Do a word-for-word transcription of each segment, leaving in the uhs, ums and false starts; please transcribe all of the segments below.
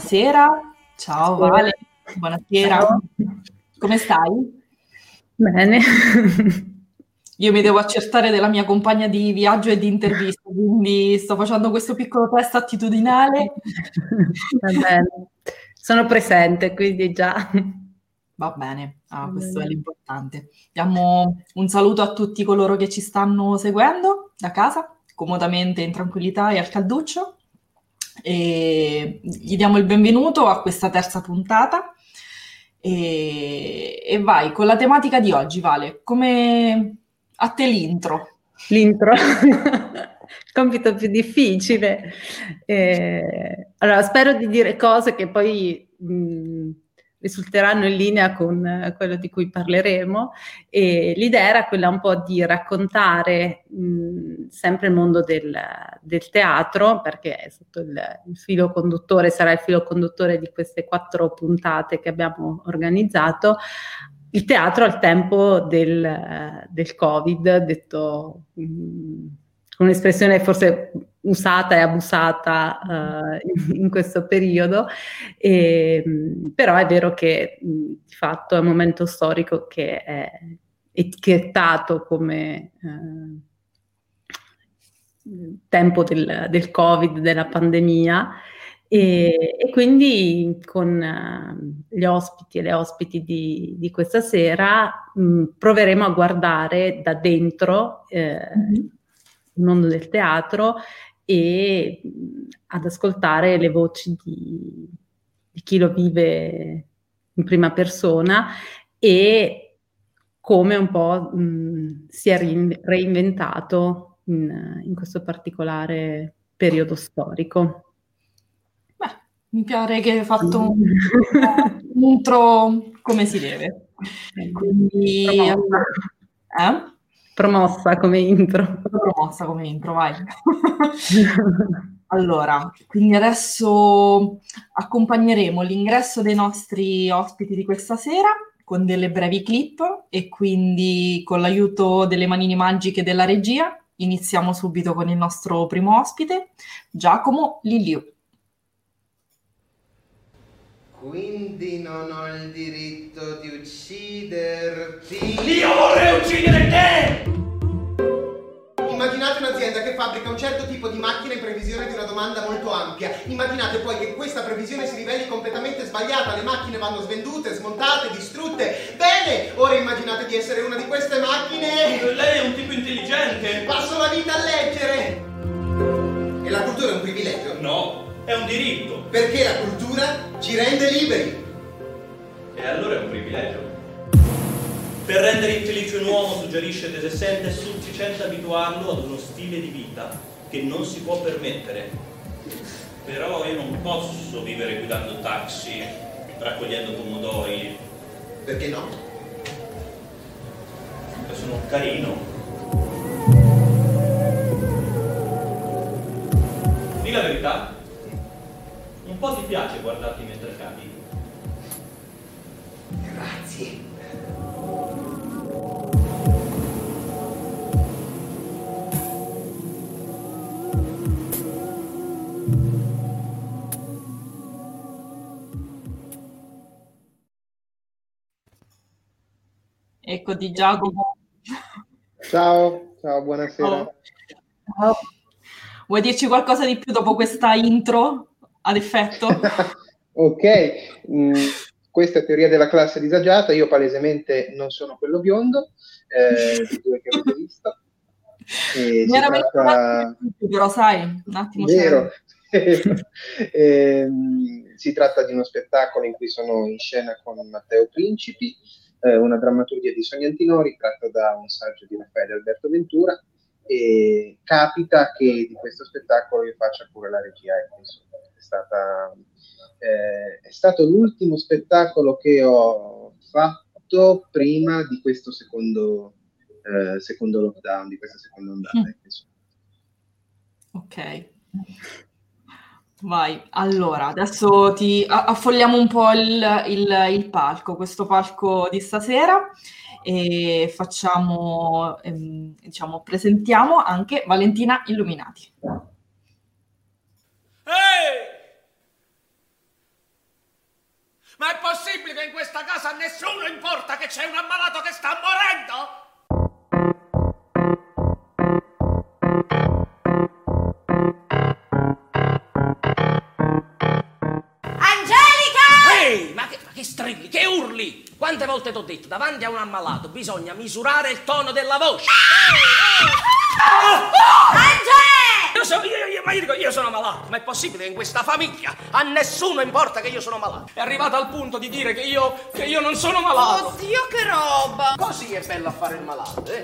Buonasera, ciao Vale, buonasera, Ciao. come stai? Bene. Io mi devo accertare della mia compagna di viaggio e di intervista, quindi sto facendo questo piccolo test attitudinale. Va bene, sono presente, quindi già. Va bene, ah, Va questo è bene. l'importante. Diamo un saluto a tutti coloro che ci stanno seguendo da casa, comodamente in tranquillità e al calduccio, e gli diamo il benvenuto a questa terza puntata. E, e vai, con la tematica di oggi, Vale, come a te l'intro? L'intro, compito più difficile. Eh, allora, spero di dire cose che poi mh, risulteranno in linea con eh, quello di cui parleremo. E l'idea era quella un po' di raccontare mh, sempre il mondo del, del teatro, perché è sotto il, il filo conduttore, sarà il filo conduttore di queste quattro puntate che abbiamo organizzato. Il teatro al tempo del, del Covid, detto mh, con un'espressione forse usata e abusata uh, in, in questo periodo, e, mh, però è vero che mh, di fatto è un momento storico che è etichettato come uh, tempo del, del Covid, della pandemia. E, e quindi con uh, gli ospiti e le ospiti di, di questa sera mh, proveremo a guardare da dentro eh, Mm-hmm. il mondo del teatro e mh, ad ascoltare le voci di, di chi lo vive in prima persona e come un po' mh, si è rin- reinventato in, in questo particolare periodo storico. Beh, mi pare che hai fatto un un intro come si deve. Quindi, Promossa. eh? Promossa come intro. Promossa come intro, vai. Allora, quindi adesso accompagneremo l'ingresso dei nostri ospiti di questa sera con delle brevi clip e quindi con l'aiuto delle manine magiche della regia iniziamo subito con il nostro primo ospite, Giacomo Liliu. Quindi non ho il diritto di ucciderti. Io vorrei uccidere te! Immaginate un'azienda che fabbrica un certo tipo di macchina in previsione di una domanda molto ampia. Immaginate poi che questa previsione si riveli completamente sbagliata. Le macchine vanno svendute, smontate, distrutte. Bene! Ora immaginate di essere una di queste macchine. Lei è un tipo intelligente. Passo la vita a leggere. E la cultura è un privilegio? No, è un diritto. Perché la cultura ci rende liberi. E allora è un privilegio. Per rendere infelice un uomo suggerisce che se sente è sufficiente abituarlo ad uno stile di vita che non si può permettere. Però io non posso vivere guidando taxi, raccogliendo pomodori. Perché no? Perché sono carino. Dì la verità. Un po' ti piace guardarti mentre cadi? Grazie. Ecco di Giacomo. Ciao, ciao, buonasera. Ciao. Ciao. Vuoi dirci qualcosa di più dopo questa intro ad effetto? Ok, mm, questa è teoria della classe disagiata. Io palesemente non sono quello biondo, eh, di due che avete visto. E Mi si era tratta... venuto però sai, un attimo Vero. eh, si tratta di uno spettacolo in cui sono in scena con Matteo Principi, eh, una drammaturgia di Sonia Antinori tratta da un saggio di Raffaele Alberto Ventura, e capita che di questo spettacolo io faccia pure la regia. Insomma, è stata eh, è stato l'ultimo spettacolo che ho fatto prima di questo secondo eh, secondo lockdown, di questa seconda ondata. Mm. Ok, vai. Allora, adesso ti affolliamo un po' il, il, il palco, questo palco di stasera, e facciamo, ehm, diciamo, presentiamo anche Valentina Illuminati. Ehi! Ma è possibile che in questa casa a nessuno importa che c'è un ammalato che sta morendo? Ehi, ma che, ma che strilli, che urli? Quante volte t'ho detto, davanti a un ammalato bisogna misurare il tono della voce. Angelo! Io sono, io, io, ma io dico, io sono malato, ma è possibile che in questa famiglia a nessuno importa che io sono malato? È arrivato al punto di dire che io, che io non sono malato. Oddio, che roba! Così è bello a fare il malato, eh?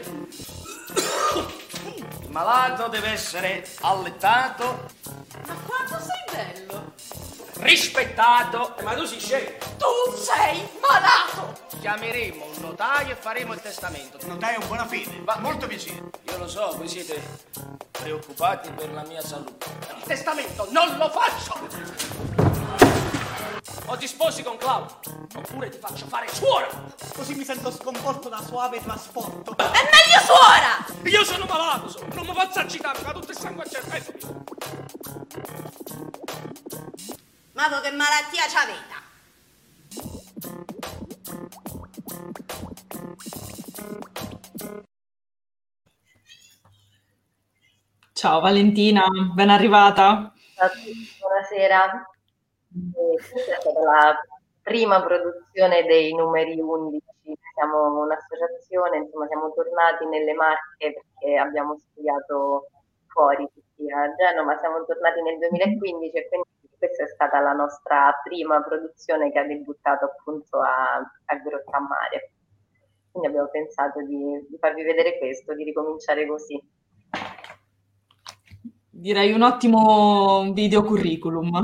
Il malato deve essere allettato. Ma quanto sei bello! Rispettato, ma tu si scegli. Tu sei malato! Chiameremo un notaio e faremo il testamento. Il notaio è buona fede, va molto piacere. Io lo so, voi siete preoccupati per la mia salute. Il testamento non lo faccio! O ti sposi con Claudio, oppure ti faccio fare suora! Così mi sento sconvolto da suave trasporto. È meglio suora! Io sono malato, sono, non mi posso agitare, ma tutto il sangue al cervello. Ma tu che malattia c'avete? Ciao Valentina, ben arrivata. Ciao a tutti, buonasera. Eh, Questa è stata la prima produzione dei numeri undici. Siamo un'associazione, insomma, siamo tornati nelle Marche perché abbiamo studiato fuori tutti a Genova, siamo tornati nel duemilaquindici e quindi questa è stata la nostra prima produzione che ha debuttato appunto a, a Grottammare. Quindi abbiamo pensato di, di farvi vedere questo, di ricominciare così. Direi un ottimo video curriculum.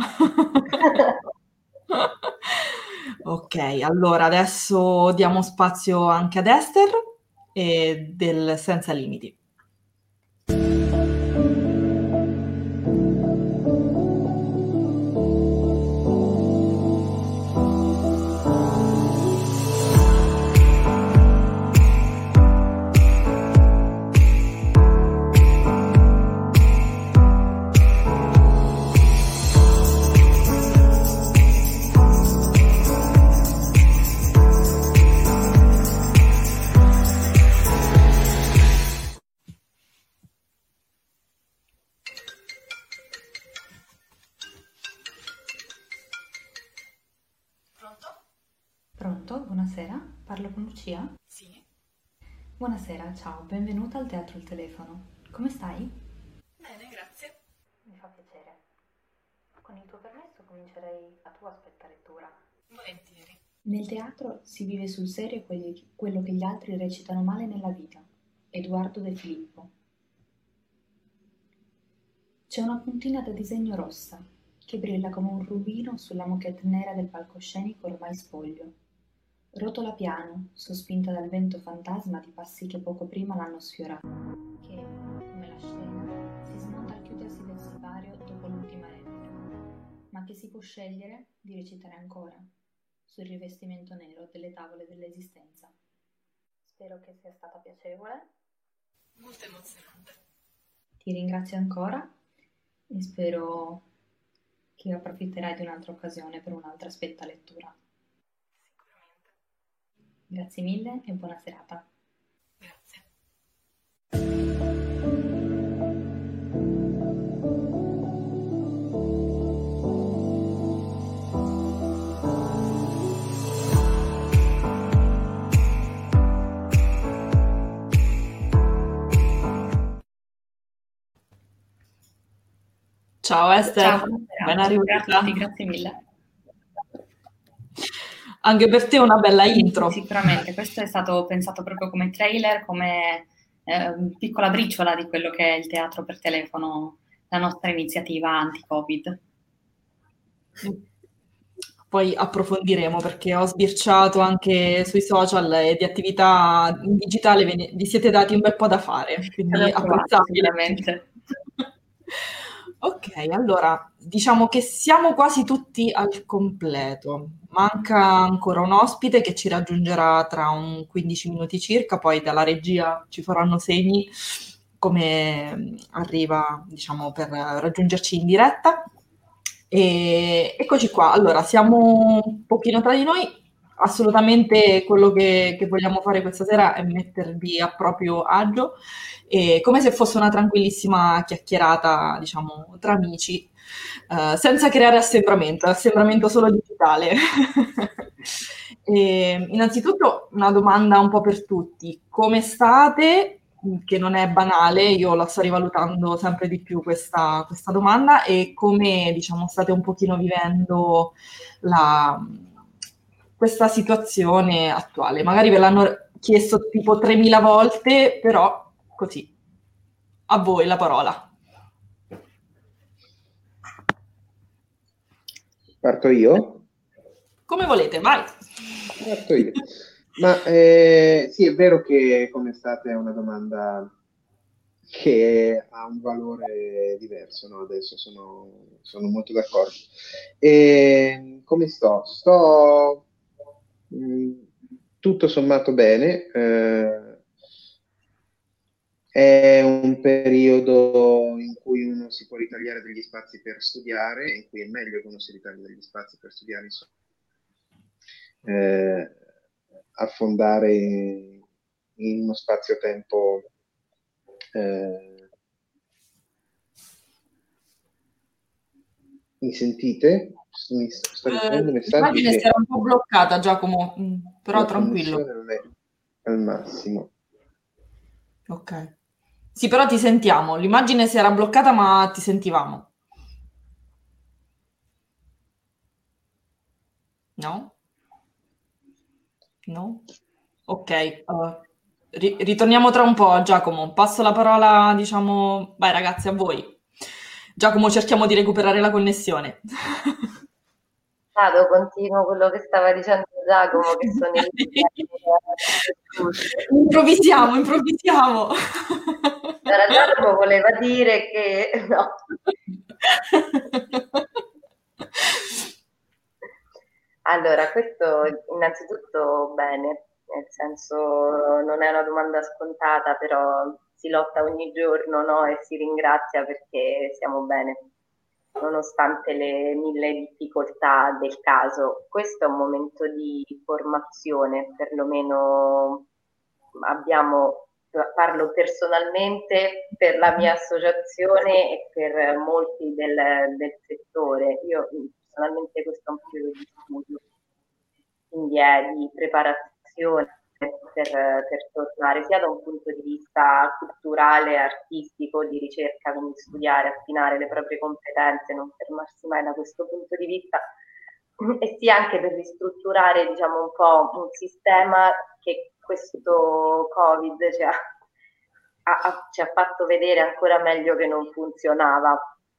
Ok, allora adesso diamo spazio anche ad Esther e del Senza Limiti. Pronto? Buonasera, parlo con Lucia? Sì. Buonasera, ciao, benvenuta al Teatro Il Telefono. Come stai? Bene, grazie. Mi fa piacere. Con il tuo permesso comincerei a tua aspetta lettura. Volentieri. Nel teatro si vive sul serio quelli- quello che gli altri recitano male nella vita. Edoardo De Filippo. C'è una puntina da disegno rossa che brilla come un rubino sulla moquette nera del palcoscenico ormai spoglio. Rotola piano, sospinta dal vento fantasma di passi che poco prima l'hanno sfiorato, che, come la scena, si smonta al chiudersi del sipario dopo l'ultima replica, ma che si può scegliere di recitare ancora, sul rivestimento nero delle tavole dell'esistenza. Spero che sia stata piacevole. Molto emozionante. Ti ringrazio ancora e spero che approfitterai di un'altra occasione per un'altra aspetta lettura. Grazie mille e buona serata. Grazie. Ciao Esther, Ciao, buonasera. ben arrivata. Grazie, grazie mille. Anche per te una bella intro. Sì, sicuramente, questo è stato pensato proprio come trailer, come eh, piccola briciola di quello che è il teatro per telefono, la nostra iniziativa anti-Covid. Poi approfondiremo perché ho sbirciato anche sui social e di attività in digitale ve ne- vi siete dati un bel po' da fare, quindi L'ho trovato, apprezzabile. sicuramente. Ok, allora diciamo che siamo quasi tutti al completo. Manca ancora un ospite che ci raggiungerà tra un quindici minuti circa, poi dalla regia ci faranno segni come arriva, diciamo, per raggiungerci in diretta. E eccoci qua. Allora, siamo un pochino tra di noi. Assolutamente quello che, che vogliamo fare questa sera è mettervi a proprio agio, e come se fosse una tranquillissima chiacchierata, diciamo, tra amici, eh, senza creare assembramento, assembramento solo digitale. E, innanzitutto una domanda un po' per tutti: come state? Che non è banale, io la sto rivalutando sempre di più questa, questa domanda, e come, diciamo, state un pochino vivendo la, questa situazione attuale. Magari ve l'hanno chiesto tipo tremila volte, però così, a voi la parola. Parto io? Come volete, vai. Parto io. Ma eh, sì, è vero che come estate è una domanda che ha un valore diverso, no? Adesso sono, sono molto d'accordo. E come sto? Sto mh, tutto sommato bene. Eh, è un periodo in cui uno si può ritagliare degli spazi per studiare, in cui è meglio che uno si ritagli degli spazi per studiare, insomma. Eh, affondare in uno spazio-tempo eh... mi sentite? Mi sto ricevendo Eh, messaggi l'immagine che si era un po' bloccata, Giacomo, mm, però la tranquillo. connessione non è al massimo. Ok. Sì, però ti sentiamo. L'immagine si era bloccata, ma ti sentivamo. No? No? Ok. uh, ri- ritorniamo tra un po', Giacomo. Passo la parola, diciamo... Vai ragazzi, a voi. Giacomo, cerchiamo di recuperare la connessione. Vado, continuo quello che stava dicendo Giacomo, che sono in Improvvisiamo, improvvisiamo. Allora, Giacomo voleva dire che no. Allora, questo innanzitutto bene, nel senso non è una domanda scontata, però si lotta ogni giorno, no? E si ringrazia perché siamo bene, nonostante le mille difficoltà del caso. Questo è un momento di formazione, perlomeno abbiamo, parlo personalmente per la mia associazione e per molti del, del settore. Io personalmente questo è un periodo di studio, quindi è di preparazione per, per tornare sia da un punto di vista culturale, artistico, di ricerca, quindi studiare, affinare le proprie competenze, non fermarsi mai da questo punto di vista, e sia anche per ristrutturare, diciamo, un po' un sistema che questo Covid ci ha, ha, ci ha fatto vedere ancora meglio che non funzionava.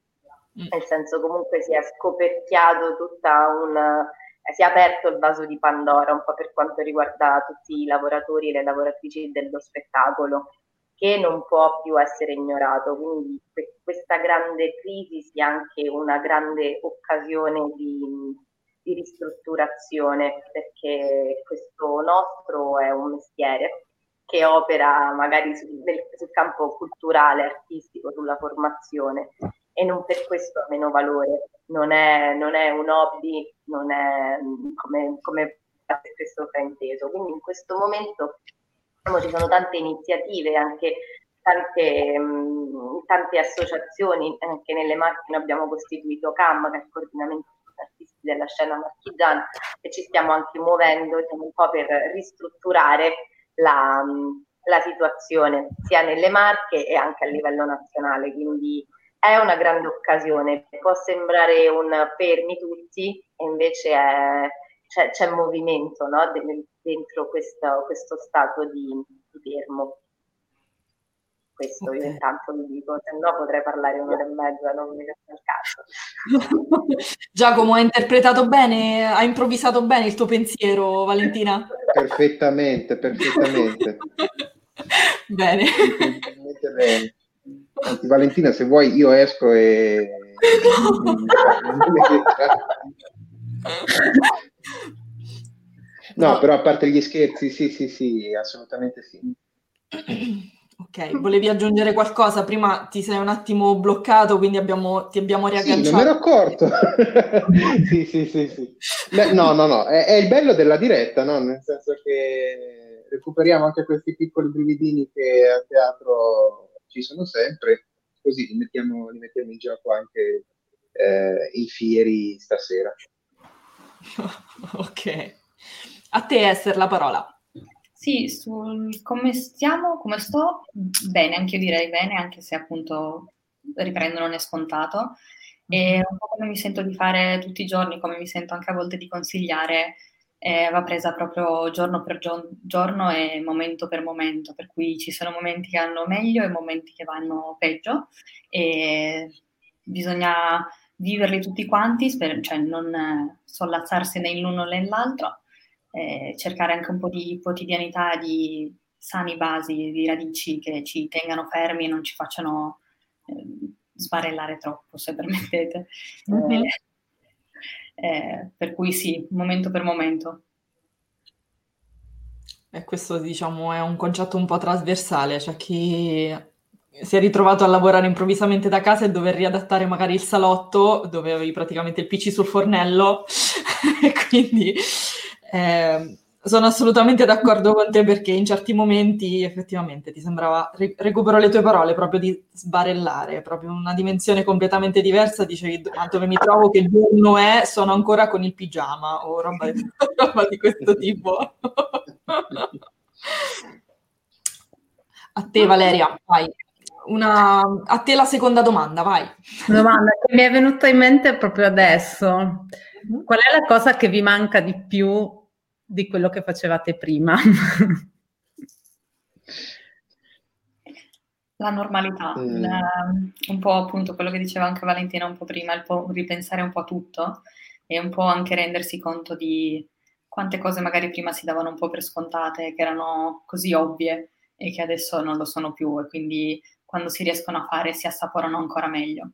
Nel senso, comunque si è scoperchiato tutta un... si è aperto il vaso di Pandora un po' per quanto riguarda tutti i lavoratori e le lavoratrici dello spettacolo, che non può più essere ignorato. Quindi questa grande crisi sia anche una grande occasione di, di ristrutturazione, perché questo nostro è un mestiere che opera magari sul, sul campo culturale, artistico, sulla formazione, e non per questo ha meno valore. Non è, non è un hobby, non è come, come spesso frainteso. Quindi in questo momento diciamo, ci sono tante iniziative, anche tante, mh, tante associazioni. Anche nelle macchine abbiamo costituito C A M, che è il coordinamento artisti della scena marchigiana, e ci stiamo anche muovendo diciamo, un po' per ristrutturare la, la situazione sia nelle Marche e anche a livello nazionale. Quindi è una grande occasione, può sembrare un fermi tutti, e invece è, c'è, c'è movimento, no? dentro questo, questo stato di, di fermo. Questo okay. Io intanto vi dico, se no potrei parlare un'ora e mezza, non mi resta il caso. Giacomo, hai interpretato bene, hai improvvisato bene il tuo pensiero, Valentina? Perfettamente, perfettamente. Bene. Perfettamente bene. Anzi, Valentina, se vuoi io esco e... No, però a parte gli scherzi, sì, sì, sì, assolutamente sì. Ok, volevi aggiungere qualcosa? Prima ti sei un attimo bloccato, quindi abbiamo, ti abbiamo Sì, non riagganciato. me ero accorto. Sì, sì, sì, sì. Beh, no, no, no, è, è il bello della diretta, no? Nel senso che recuperiamo anche questi piccoli brividini che a teatro ci sono sempre, così li mettiamo, li mettiamo in gioco anche eh, in fieri stasera. Ok. A te, Esther, la parola. Sì, sul come stiamo, come sto, bene, anche io direi bene, anche se appunto riprendo non è scontato. E un po' come mi sento di fare tutti i giorni, come mi sento anche a volte di consigliare, eh, va presa proprio giorno per gio- giorno e momento per momento, per cui ci sono momenti che vanno meglio e momenti che vanno peggio e bisogna viverli tutti quanti, sper- cioè non eh, sollazzarsi né l'uno né l'altro, eh, cercare anche un po' di quotidianità, di sani basi, di radici che ci tengano fermi e non ci facciano eh, sbarellare troppo, se permettete. Mhm. Eh, eh, per cui sì, momento per momento. E questo, diciamo, è un concetto un po' trasversale, cioè chi si è ritrovato a lavorare improvvisamente da casa e dover riadattare magari il salotto dove avevi praticamente il P C sul fornello e quindi eh, sono assolutamente d'accordo con te perché in certi momenti effettivamente ti sembrava, ri- recupero le tue parole, proprio di sbarellare, proprio una dimensione completamente diversa, dicevi ma dove mi trovo, che giorno è, sono ancora con il pigiama o roba di, roba di questo tipo. A te Valeria, vai. Una... A te la seconda domanda, vai. Una domanda che mi è venuta in mente proprio adesso. Mhm. Qual è la cosa che vi manca di più di quello che facevate prima? La normalità, Mm. la- un po' appunto quello che diceva anche Valentina un po' prima, il po' ripensare un po' a tutto e un po' anche rendersi conto di quante cose magari prima si davano un po' per scontate, che erano così ovvie e che adesso non lo sono più e quindi quando si riescono a fare si assaporano ancora meglio.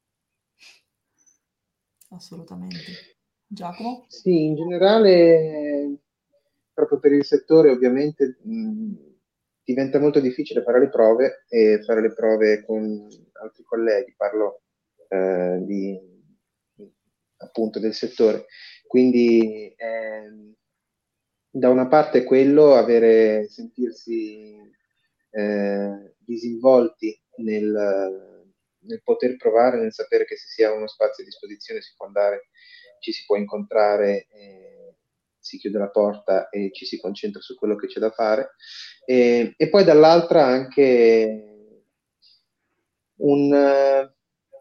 Assolutamente. Giacomo? Sì, in generale, proprio per il settore, ovviamente, mh, diventa molto difficile fare le prove e fare le prove con altri colleghi. Parlo eh, di, appunto del settore. Quindi, ehm, da una parte quello, avere, sentirsi eh, disinvolti nel, nel poter provare, nel sapere che se si ha uno spazio a disposizione si può andare, ci si può incontrare, eh, si chiude la porta e ci si concentra su quello che c'è da fare. E, e poi dall'altra anche un, eh,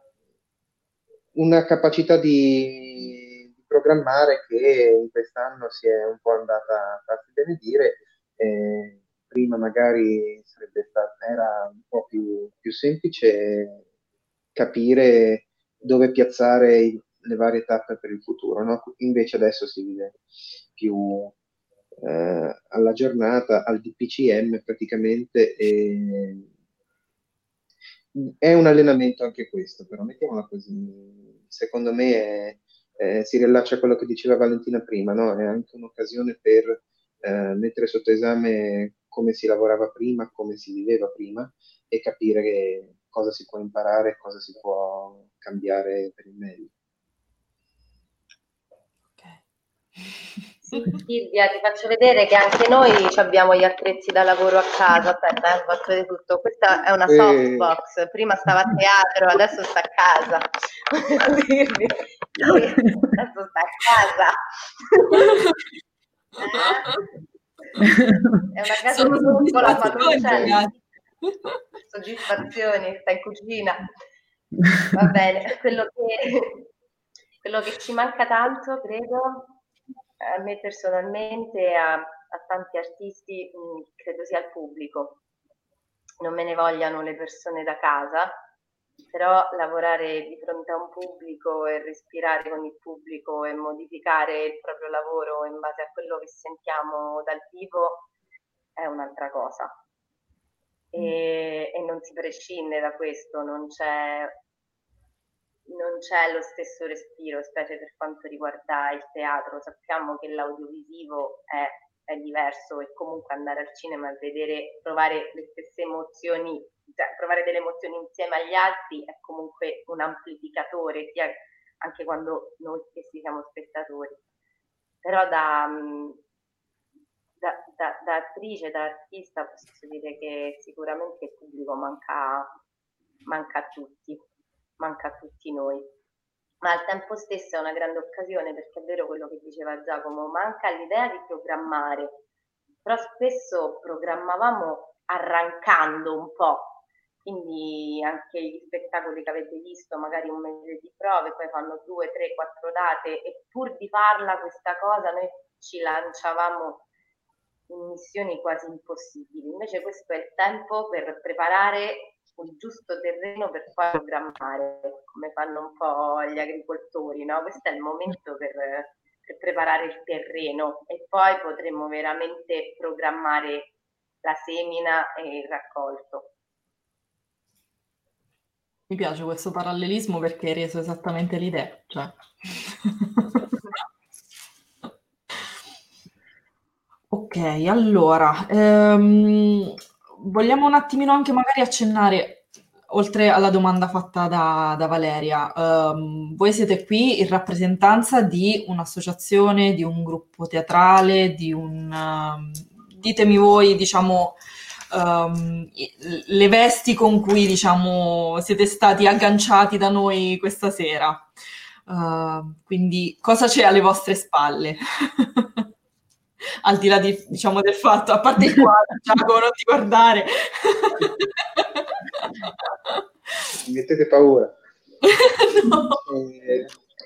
una capacità di, di programmare che in quest'anno si è un po' andata a farsi benedire. Eh, prima magari sarebbe stato, era un po' più, più semplice capire dove piazzare i- le varie tappe per il futuro, no? Invece adesso si vive più eh, alla giornata, al D P C M praticamente, e è un allenamento anche questo, però mettiamola così, secondo me è- eh, si riallaccia a quello che diceva Valentina prima, no? È anche un'occasione per eh, mettere sotto esame come si lavorava prima, come si viveva prima e capire che cosa si può imparare, cosa si può cambiare per il meglio. Sì, Silvia, ti faccio vedere che anche noi ci abbiamo gli attrezzi da lavoro a casa. Aspetta, eh, faccio vedere tutto. Questa è una Eh. softbox, prima stava a teatro, adesso sta a casa. Volevo dirvi, sì, adesso sta a casa. Eh? È una casa Sono piccola, ma non soddisfazioni, c'è. ragazzi. Soddisfazioni, sta in cucina. Va bene, quello che, quello che ci manca tanto, credo, a me personalmente e a, a tanti artisti, mh, credo sia il pubblico. Non me ne vogliano le persone da casa, però lavorare di fronte a un pubblico e respirare con il pubblico e modificare il proprio lavoro in base a quello che sentiamo dal vivo è un'altra cosa. E, e non si prescinde da questo, non c'è, non c'è lo stesso respiro, specie per quanto riguarda il teatro. Sappiamo che l'audiovisivo è è diverso, e comunque andare al cinema e vedere, provare le stesse emozioni, cioè provare delle emozioni insieme agli altri è comunque un amplificatore, sia anche quando noi stessi siamo spettatori. Però da, da, da, da attrice, da artista posso dire che sicuramente il pubblico manca, manca a tutti, manca a tutti noi. Ma al tempo stesso è una grande occasione, perché è vero quello che diceva Giacomo, manca l'idea di programmare, però spesso programmavamo arrancando un po', quindi anche gli spettacoli che avete visto, magari un mese di prove, poi fanno due, tre, quattro date, e pur di farla questa cosa noi ci lanciavamo in missioni quasi impossibili. Invece questo è il tempo per preparare un giusto terreno per poi programmare, come fanno un po' gli agricoltori, no? Questo è il momento per, per preparare il terreno, e poi potremo veramente programmare la semina e il raccolto. Mi piace questo parallelismo perché hai reso esattamente l'idea, cioè. Ok, allora, ehm, vogliamo un attimino anche magari accennare, oltre alla domanda fatta da, da Valeria, ehm, voi siete qui in rappresentanza di un'associazione, di un gruppo teatrale, di un... ehm, ditemi voi, diciamo, ehm, i- le vesti con cui, diciamo, siete stati agganciati da noi questa sera. Ehm, quindi cosa c'è alle vostre spalle? Al di là di, diciamo, del fatto, a parte il quadro, Giacomo, non ti guardare. Mi mettete paura. No. Eh,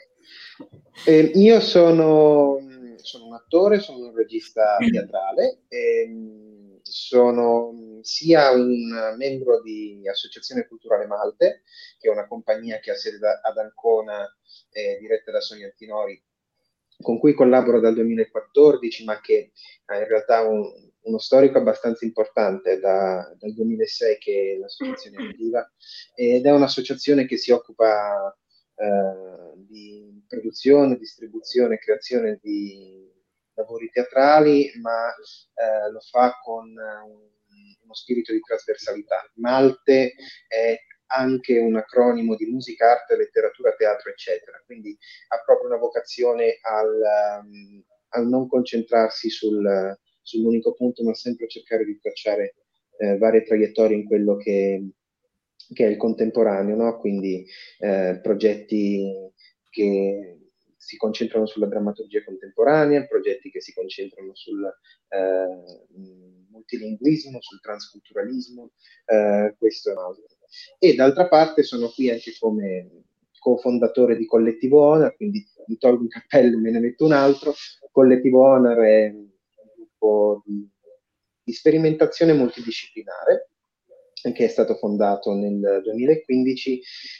eh, io sono, sono un attore, sono un regista teatrale, ehm, sono sia un membro di Associazione Culturale Malte, che è una compagnia che ha sede da- ad Ancona, eh, diretta da Sonia Antinori, con cui collaboro dal duemilaquattordici, ma che ha in realtà un- uno storico abbastanza importante da- dal duemilasei, che l'associazione è attiva, ed è un'associazione che si occupa eh, di produzione, distribuzione e creazione di lavori teatrali, ma eh, lo fa con eh, uno spirito di trasversalità. Malte è anche un acronimo di musica, arte, letteratura, teatro, eccetera, quindi ha proprio una vocazione al, um, al non concentrarsi sul, sull'unico punto, ma sempre cercare di tracciare eh, varie traiettorie in quello che, che è il contemporaneo, no? Quindi eh, progetti che si concentrano sulla drammaturgia contemporanea, progetti che si concentrano sul eh, multilinguismo, sul transculturalismo, eh, questo è altro. E d'altra parte sono qui anche come cofondatore di Collettivo Honor, quindi mi tolgo un cappello e me ne metto un altro. Collettivo Honor è un gruppo di, di sperimentazione multidisciplinare che è stato fondato nel duemilaquindici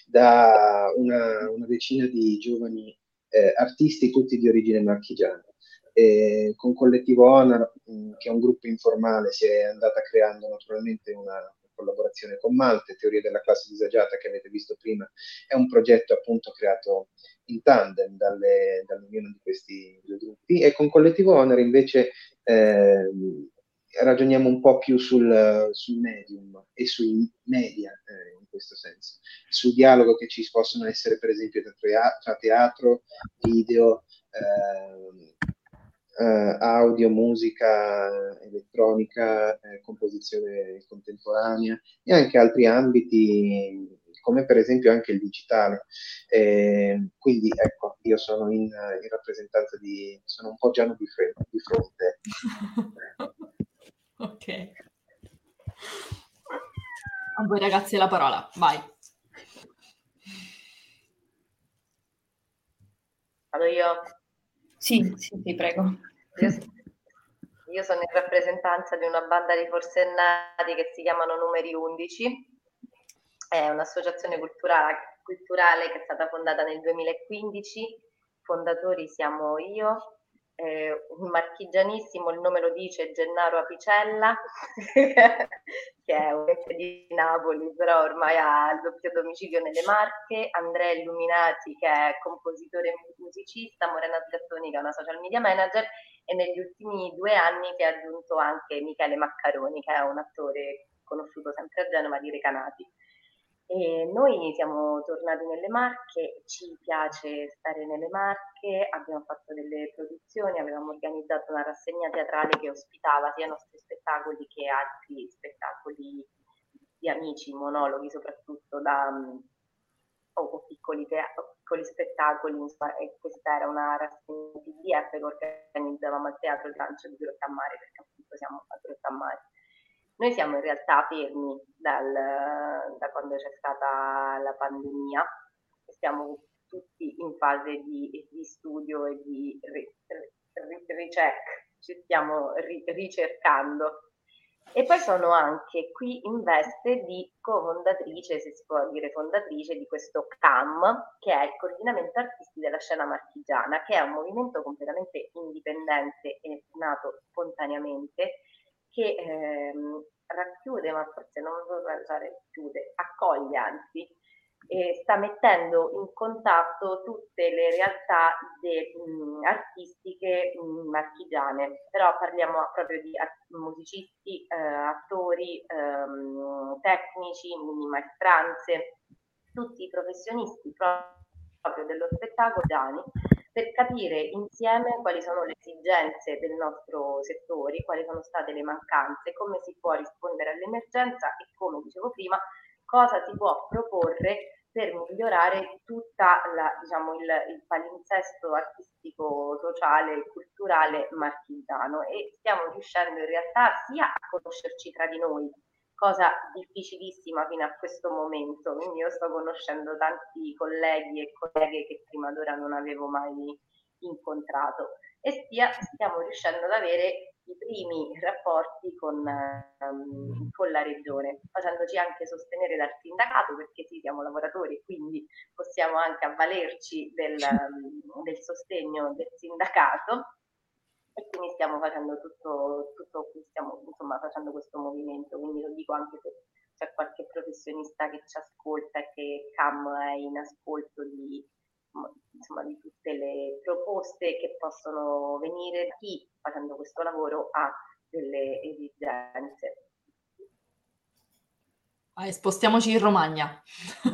da una, una decina di giovani eh, artisti, tutti di origine marchigiana. E con Collettivo Honor, mh, che è un gruppo informale, si è andata creando naturalmente una collaborazione con Malte. Teoria della classe disagiata, che avete visto prima, è un progetto appunto creato in tandem dalle, dall'unione di questi due gruppi, e con Collettivo Honor invece eh, ragioniamo un po' più sul, sul medium e sui media, eh, in questo senso, sul dialogo che ci possono essere per esempio tra, tra teatro, video, eh, eh, audio, musica, elettronica, eh, composizione contemporanea, e anche altri ambiti come per esempio anche il digitale. Eh, quindi ecco, io sono in, in rappresentanza di, sono un po' Giano di, fre- di fronte. Ok. A voi ragazzi la parola, vai. Vado io? Sì, sì, sì, prego. Io, io sono in rappresentanza di una banda di forsennati che si chiamano Numeri undici. È un'associazione culturale, culturale che è stata fondata nel duemilaquindici. Fondatori siamo io, eh, un marchigianissimo, il nome lo dice, Gennaro Apicella, che è un ente di Napoli, però ormai ha il doppio domicilio nelle Marche, Andrea Illuminati, che è compositore e musicista, Morena Sgattoni, che è una social media manager, e negli ultimi due anni che ha aggiunto anche Michele Maccaroni, che è un attore conosciuto sempre a Genova, di Recanati. E noi siamo tornati nelle Marche, ci piace stare nelle Marche, abbiamo fatto delle produzioni, avevamo organizzato una rassegna teatrale che ospitava sia i nostri spettacoli che altri spettacoli di amici, monologhi soprattutto, da, o, o piccoli, te- piccoli spettacoli, insomma, e questa era una rassegna P D F che organizzavamo al Teatro Il Rancio di Grottammare, perché appunto siamo a Grottammare. Noi siamo in realtà fermi dal, da quando c'è stata la pandemia, siamo tutti in fase di, di studio e di ri, ri, ricerca, ci stiamo ri, ricercando. E poi sono anche qui in veste di co-fondatrice, se si può dire fondatrice, di questo C A M, che è il Coordinamento Artisti della Scena Marchigiana, che è un movimento completamente indipendente e nato spontaneamente, che ehm, racchiude, ma forse non vorrei usare chiude, accoglie anzi, e sta mettendo in contatto tutte le realtà de, mh, artistiche mh, marchigiane, però parliamo proprio di art- musicisti, eh, attori, ehm, tecnici, mini maestranze, tutti i professionisti proprio dello spettacolo marchigiani, per capire insieme quali sono le esigenze del nostro settore, quali sono state le mancanze, come si può rispondere all'emergenza e, come dicevo prima, cosa si può proporre per migliorare tutta la, diciamo, il, il palinsesto artistico, sociale e culturale marchigiano. E stiamo riuscendo in realtà sia a conoscerci tra di noi, cosa difficilissima fino a questo momento, quindi io sto conoscendo tanti colleghi e colleghe che prima d'ora non avevo mai incontrato, e stia, stiamo riuscendo ad avere i primi rapporti con, um, con la regione, facendoci anche sostenere dal sindacato, perché sì, siamo lavoratori e quindi possiamo anche avvalerci del, um, del sostegno del sindacato. E quindi stiamo facendo tutto, tutto stiamo insomma facendo questo movimento, quindi lo dico anche se c'è qualche professionista che ci ascolta e che C A M è in ascolto di, insomma, di tutte le proposte che possono venire da chi facendo questo lavoro ha delle esigenze. Ah, spostiamoci in Romagna.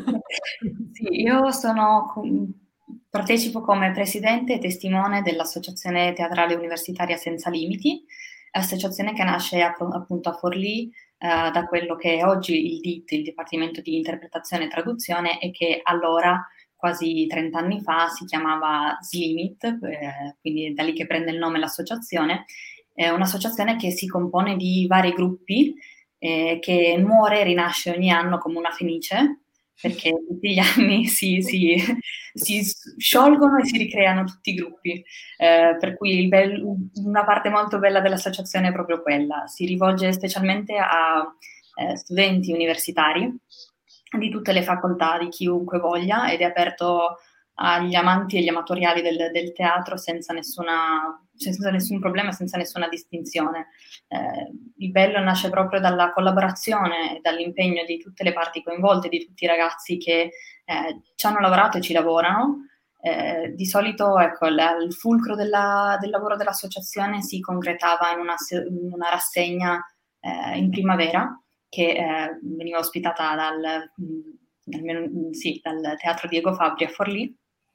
Sì, io sono... Partecipo come presidente e testimone dell'Associazione Teatrale Universitaria Senza Limiti, associazione che nasce appunto a Forlì eh, da quello che è oggi il D I T, il Dipartimento di Interpretazione e Traduzione, e che allora, quasi trenta anni fa, si chiamava SLIMIT, eh, quindi da lì che prende il nome l'associazione. È un'associazione che si compone di vari gruppi, eh, che muore e rinasce ogni anno come una fenice, perché tutti gli anni si, si, si sciolgono e si ricreano tutti i gruppi, eh, per cui il bel, una parte molto bella dell'associazione è proprio quella. Si rivolge specialmente a eh, studenti universitari di tutte le facoltà, di chiunque voglia, ed è aperto agli amanti e agli amatoriali del, del teatro senza nessuna, senza nessun problema, senza nessuna distinzione. Eh, il bello nasce proprio dalla collaborazione e dall'impegno di tutte le parti coinvolte, di tutti i ragazzi che eh, ci hanno lavorato e ci lavorano. Eh, di solito, ecco, la, il fulcro della, del lavoro dell'associazione si concretava in una, in una rassegna eh, in primavera, che eh, veniva ospitata dal, dal, sì, dal Teatro Diego Fabbri a Forlì,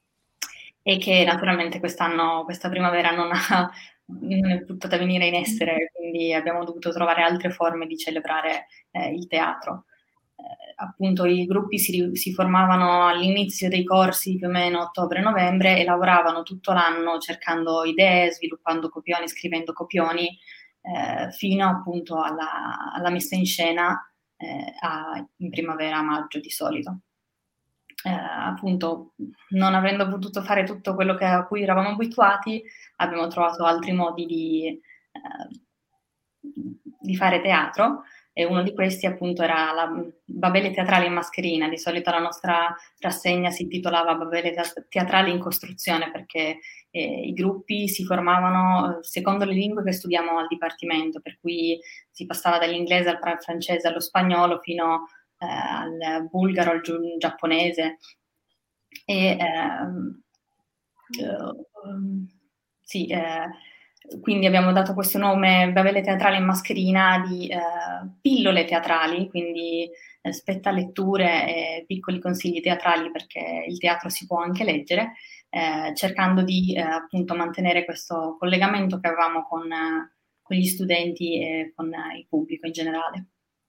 e che naturalmente quest'anno, questa primavera, non, ha, non è potuta venire in essere, quindi abbiamo dovuto trovare altre forme di celebrare eh, il teatro. Eh, appunto i gruppi si, si formavano all'inizio dei corsi, più o meno ottobre-novembre, e lavoravano tutto l'anno cercando idee, sviluppando copioni, scrivendo copioni, eh, fino appunto alla, alla messa in scena eh, a, in primavera, a maggio di solito. Eh, appunto, non avendo potuto fare tutto quello che, a cui eravamo abituati, abbiamo trovato altri modi di, eh, di fare teatro, e uno di questi appunto era la Babele Teatrale in Mascherina. Di solito la nostra rassegna si intitolava Babele Teatrale in Costruzione, perché eh, i gruppi si formavano secondo le lingue che studiamo al Dipartimento, per cui si passava dall'inglese al francese allo spagnolo fino eh, al bulgaro, al giu- giapponese. E ehm, uh, sì, eh, quindi abbiamo dato questo nome Babele Teatrale in Mascherina di eh, pillole teatrali, quindi eh, spettaletture e piccoli consigli teatrali, perché il teatro si può anche leggere, eh, cercando di eh, appunto mantenere questo collegamento che avevamo con, eh, con gli studenti e con eh, il pubblico in generale.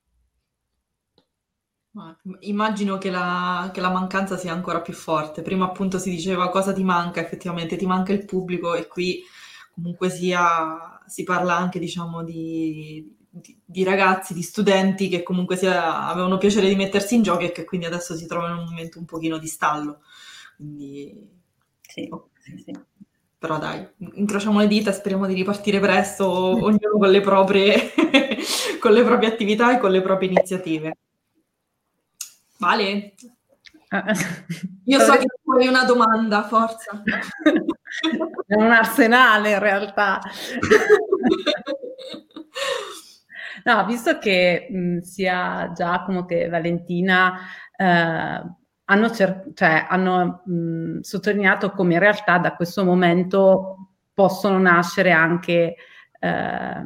Ma immagino che la, che la mancanza sia ancora più forte. Prima appunto si diceva cosa ti manca, effettivamente ti manca il pubblico, e qui comunque sia si parla anche, diciamo, di, di, di ragazzi, di studenti che comunque sia, avevano piacere di mettersi in gioco e che quindi adesso si trovano in un momento un pochino di stallo. Quindi sì, oh, sì, sì. Però dai, incrociamo le dita e speriamo di ripartire presto, ognuno con le proprie, con le proprie attività e con le proprie iniziative. Vale? Io so che tu hai una domanda, forza. È un arsenale in realtà. No, visto che mh, sia Giacomo che Valentina eh, hanno, cer- cioè, hanno mh, sottolineato come in realtà da questo momento possono nascere anche eh,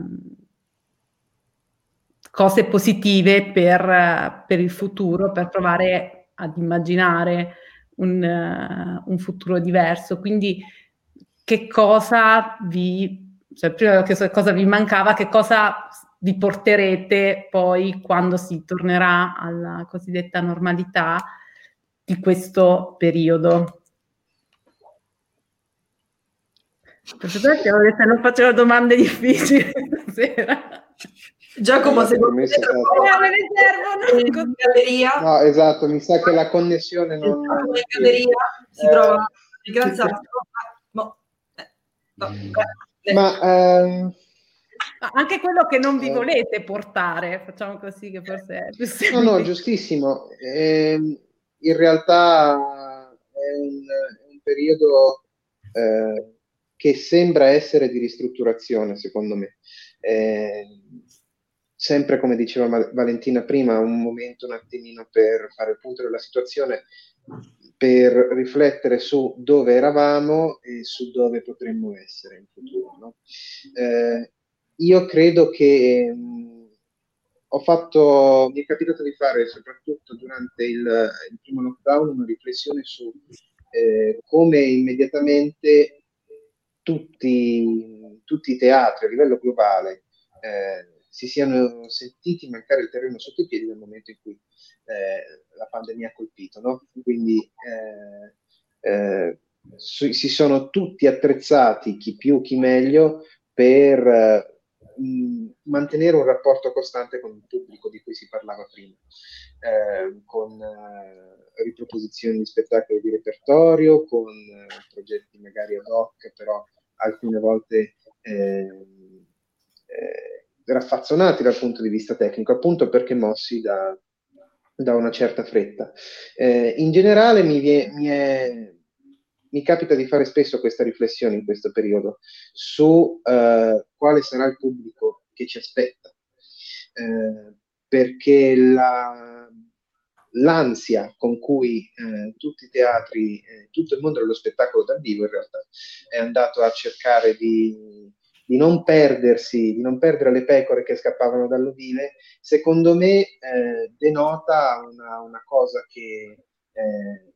cose positive per, per il futuro, per provare ad immaginare un, uh, un futuro diverso. Quindi che cosa vi, cioè prima che cosa vi mancava, che cosa vi porterete poi quando si tornerà alla cosiddetta normalità di questo periodo? Professore, che avete, non facevo domande difficili stasera. Giacomo, secondo me in galleria. No, esatto, mi sa che la connessione non... In galleria si eh, trova grazie alla no. no. Ma ehm, anche quello che non vi volete portare, facciamo così che forse è più semplice. No, no, giustissimo. Eh, in realtà è un, è un periodo eh, che sembra essere di ristrutturazione, secondo me. Eh, sempre come diceva Valentina prima, un momento un attimino per fare il punto della situazione, per riflettere su dove eravamo e su dove potremmo essere in futuro, no? Eh, io credo che mh, ho fatto, mi è capitato di fare soprattutto durante il, il primo lockdown una riflessione su eh, come immediatamente tutti, tutti i teatri a livello globale eh, si siano sentiti mancare il terreno sotto i piedi nel momento in cui eh, la pandemia ha colpito, no? Quindi eh, eh, su, si sono tutti attrezzati, chi più chi meglio, per eh, mh, mantenere un rapporto costante con il pubblico di cui si parlava prima, eh, con eh, riproposizioni di spettacoli di repertorio, con eh, progetti magari ad hoc, però alcune volte eh, eh, raffazzonati dal punto di vista tecnico, appunto perché mossi da, da una certa fretta. Eh, in generale mi, vie, mi, è, mi capita di fare spesso questa riflessione in questo periodo su eh, quale sarà il pubblico che ci aspetta, eh, perché la, l'ansia con cui eh, tutti i teatri, eh, tutto il mondo dello spettacolo dal vivo in realtà è andato a cercare di di non perdersi, di non perdere le pecore che scappavano dall'ovile, secondo me eh, denota una, una cosa che, eh,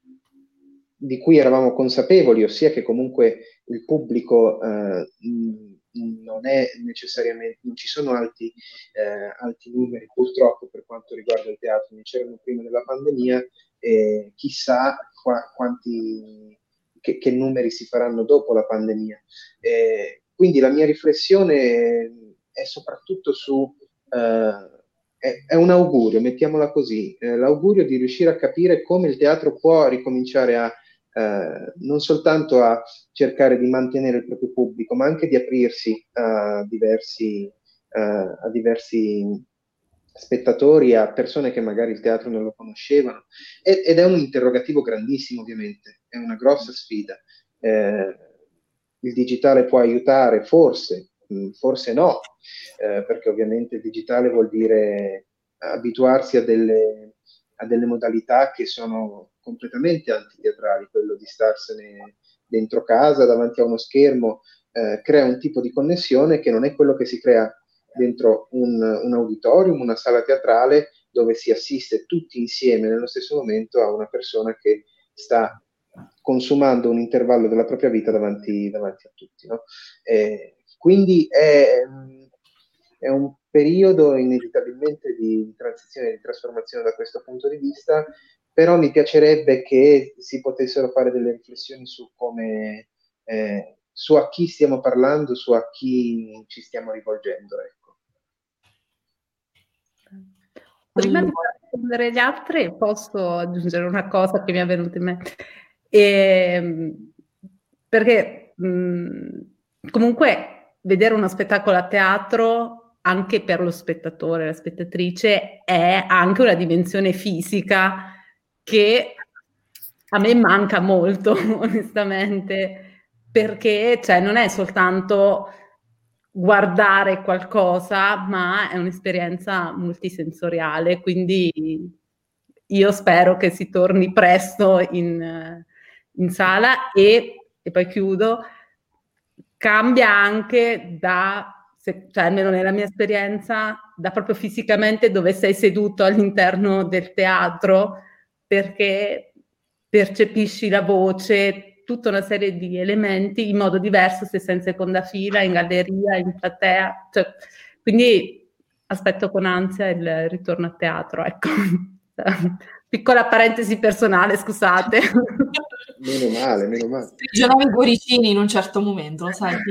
di cui eravamo consapevoli, ossia che comunque il pubblico eh, non è necessariamente, non ci sono alti, eh, alti numeri purtroppo per quanto riguarda il teatro, non c'erano prima della pandemia, e chissà qua, quanti, che, che numeri si faranno dopo la pandemia. Eh, Quindi la mia riflessione è soprattutto su, eh, è, è un augurio, mettiamola così, eh, l'augurio di riuscire a capire come il teatro può ricominciare a, eh, non soltanto a cercare di mantenere il proprio pubblico, ma anche di aprirsi a diversi, uh, a diversi spettatori a persone che magari il teatro non lo conoscevano, ed, ed è un interrogativo grandissimo, ovviamente, è una grossa sfida. Eh, il digitale può aiutare, forse, mh, forse no, eh, perché ovviamente il digitale vuol dire abituarsi a delle, a delle modalità che sono completamente antiteatrali, quello di starsene dentro casa, davanti a uno schermo, eh, crea un tipo di connessione che non è quello che si crea dentro un, un auditorium, una sala teatrale, dove si assiste tutti insieme nello stesso momento a una persona che sta consumando un intervallo della propria vita davanti, davanti a tutti, no? Eh, quindi è, è un periodo inevitabilmente di transizione e di trasformazione da questo punto di vista, però mi piacerebbe che si potessero fare delle riflessioni su come, eh, su a chi stiamo parlando, su a chi ci stiamo rivolgendo, ecco. Prima di rispondere agli altri, posso aggiungere una cosa che mi è venuta in mente. E, perché mh, comunque vedere uno spettacolo a teatro, anche per lo spettatore, la spettatrice, è anche una dimensione fisica che a me manca molto, onestamente, perché cioè, non è soltanto guardare qualcosa, ma è un'esperienza multisensoriale, quindi io spero che si torni presto in, in sala e, e poi chiudo, cambia anche da, se, cioè almeno nella mia esperienza, da proprio fisicamente dove sei seduto all'interno del teatro, perché percepisci la voce, tutta una serie di elementi in modo diverso se sei in seconda fila, in galleria, in platea, cioè, quindi aspetto con ansia il ritorno a teatro, ecco. Piccola parentesi personale, scusate. Meno male, meno male. Sprigionavo i cuoricini in un certo momento, lo sai.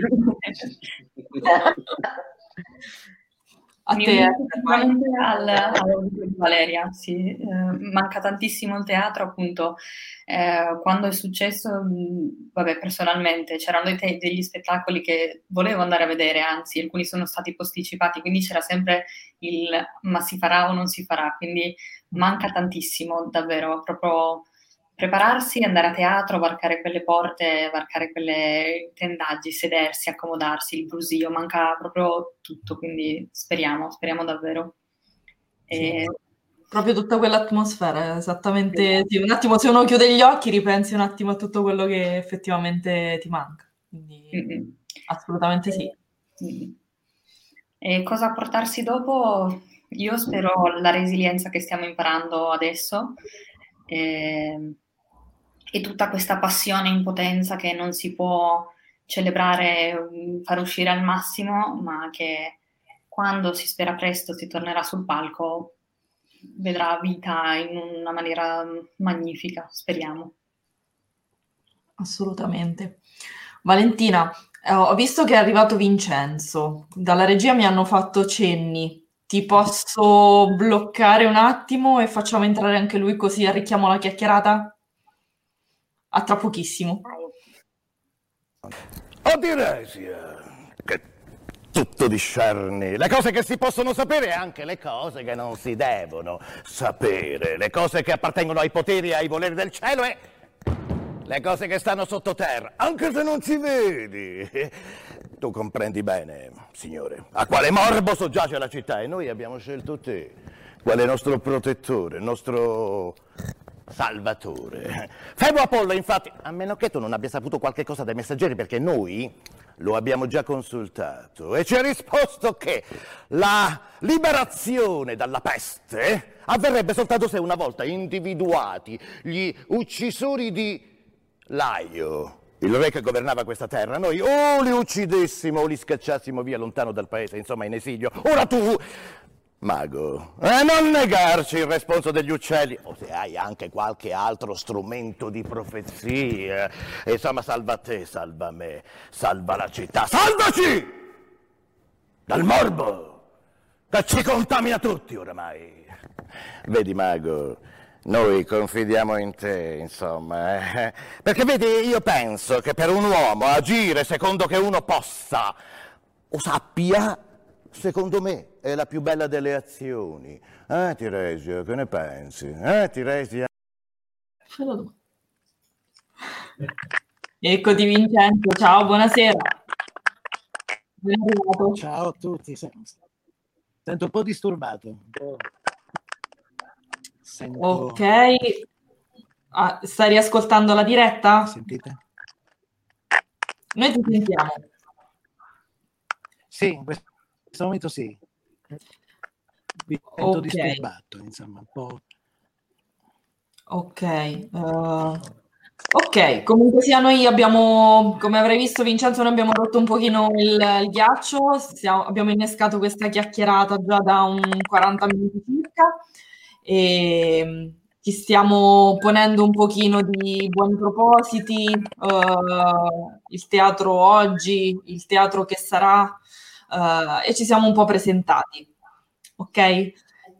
A Mi te, sicuramente al, al di Valeria, sì. Eh, manca tantissimo il teatro, appunto. Eh, quando è successo, mh, vabbè, personalmente, c'erano dei te- degli spettacoli che volevo andare a vedere, anzi, alcuni sono stati posticipati, quindi c'era sempre il ma si farà o non si farà, quindi manca tantissimo, davvero, proprio prepararsi, andare a teatro, varcare quelle porte, varcare quelle tendaggi, sedersi, accomodarsi, il brusio, manca proprio tutto, quindi speriamo, speriamo davvero. E... Sì, proprio tutta quell'atmosfera, esattamente, sì, un attimo se uno chiude gli occhi ripensi un attimo a tutto quello che effettivamente ti manca, quindi mm-hmm. assolutamente sì. Mm-hmm. E cosa portarsi dopo? Io spero la resilienza che stiamo imparando adesso, e... e tutta questa passione in potenza che non si può celebrare, far uscire al massimo, ma che quando si spera presto si tornerà sul palco, vedrà vita in una maniera magnifica, speriamo. Assolutamente. Valentina, eh, ho visto che è arrivato Vincenzo, dalla regia mi hanno fatto cenni, ti posso bloccare un attimo e facciamo entrare anche lui così arricchiamo la chiacchierata? A tra pochissimo. O direi che tutto discerni le cose che si possono sapere e anche le cose che non si devono sapere, le cose che appartengono ai poteri e ai voleri del cielo e le cose che stanno sottoterra, anche se non ci vedi. Tu comprendi bene, signore, a quale morbo soggiace la città e noi abbiamo scelto te, quale nostro protettore, nostro salvatore. Febo Apollo, infatti, a meno che tu non abbia saputo qualche cosa dai messaggeri, perché noi lo abbiamo già consultato e ci ha risposto che la liberazione dalla peste avverrebbe soltanto se una volta individuati gli uccisori di Laio, il re che governava questa terra, noi o li uccidessimo o li scacciassimo via lontano dal paese, insomma in esilio. Ora tu, mago, eh, non negarci il responso degli uccelli, o se hai anche qualche altro strumento di profezia. Insomma, salva te, salva me, salva la città, salvaci dal morbo che ci contamina tutti oramai. Vedi, mago, noi confidiamo in te, insomma, eh? Perché vedi, io penso che per un uomo agire secondo che uno possa o sappia, secondo me, è la più bella delle azioni. Eh, Tiresia, che ne pensi? Eh, Tiresia? Eccoti Vincenzo, ciao, buonasera. Ben arrivato. Ciao a tutti, sento un po' disturbato. Un po'... Sento... Ok, ah, stai riascoltando la diretta? Mi sentite? Noi ti sentiamo. Sì, in questo momento sì. Mi sento okay. disturbato, insomma, un po'. Ok, uh, ok, comunque sia noi abbiamo, come avrai visto Vincenzo, noi abbiamo rotto un pochino il, il ghiaccio, stiamo, abbiamo innescato questa chiacchierata già da un quaranta minuti circa e ci stiamo ponendo un pochino di buoni propositi, uh, il teatro oggi, il teatro che sarà uh, e ci siamo un po' presentati, ok?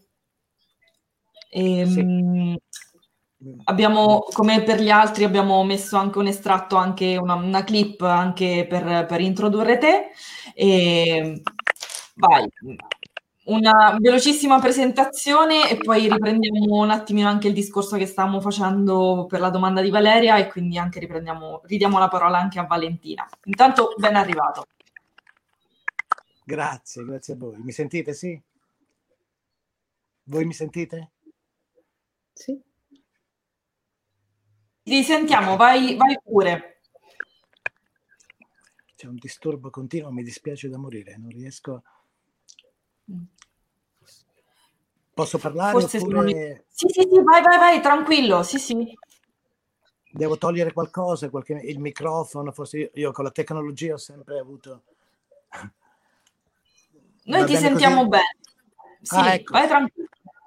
E, sì. Abbiamo, come per gli altri, abbiamo messo anche un estratto, anche una, una clip anche per, per introdurre te. E vai, una velocissima presentazione e poi riprendiamo un attimino anche il discorso che stavamo facendo per la domanda di Valeria e quindi anche riprendiamo, ridiamo la parola anche a Valentina. Intanto ben arrivato. Grazie, grazie a voi. Mi sentite, sì? Voi mi sentite? Sì. Ti sentiamo, vai, vai pure. C'è un disturbo continuo, mi dispiace da morire, non riesco... Posso parlare? Forse oppure... Sì, sì, sì, vai, vai, vai, tranquillo, sì, sì. Devo togliere qualcosa, qualche... il microfono, forse io, io con la tecnologia ho sempre avuto... Noi Va ti sentiamo così? Bene. Sì, ah, ecco. Vai tranquillo.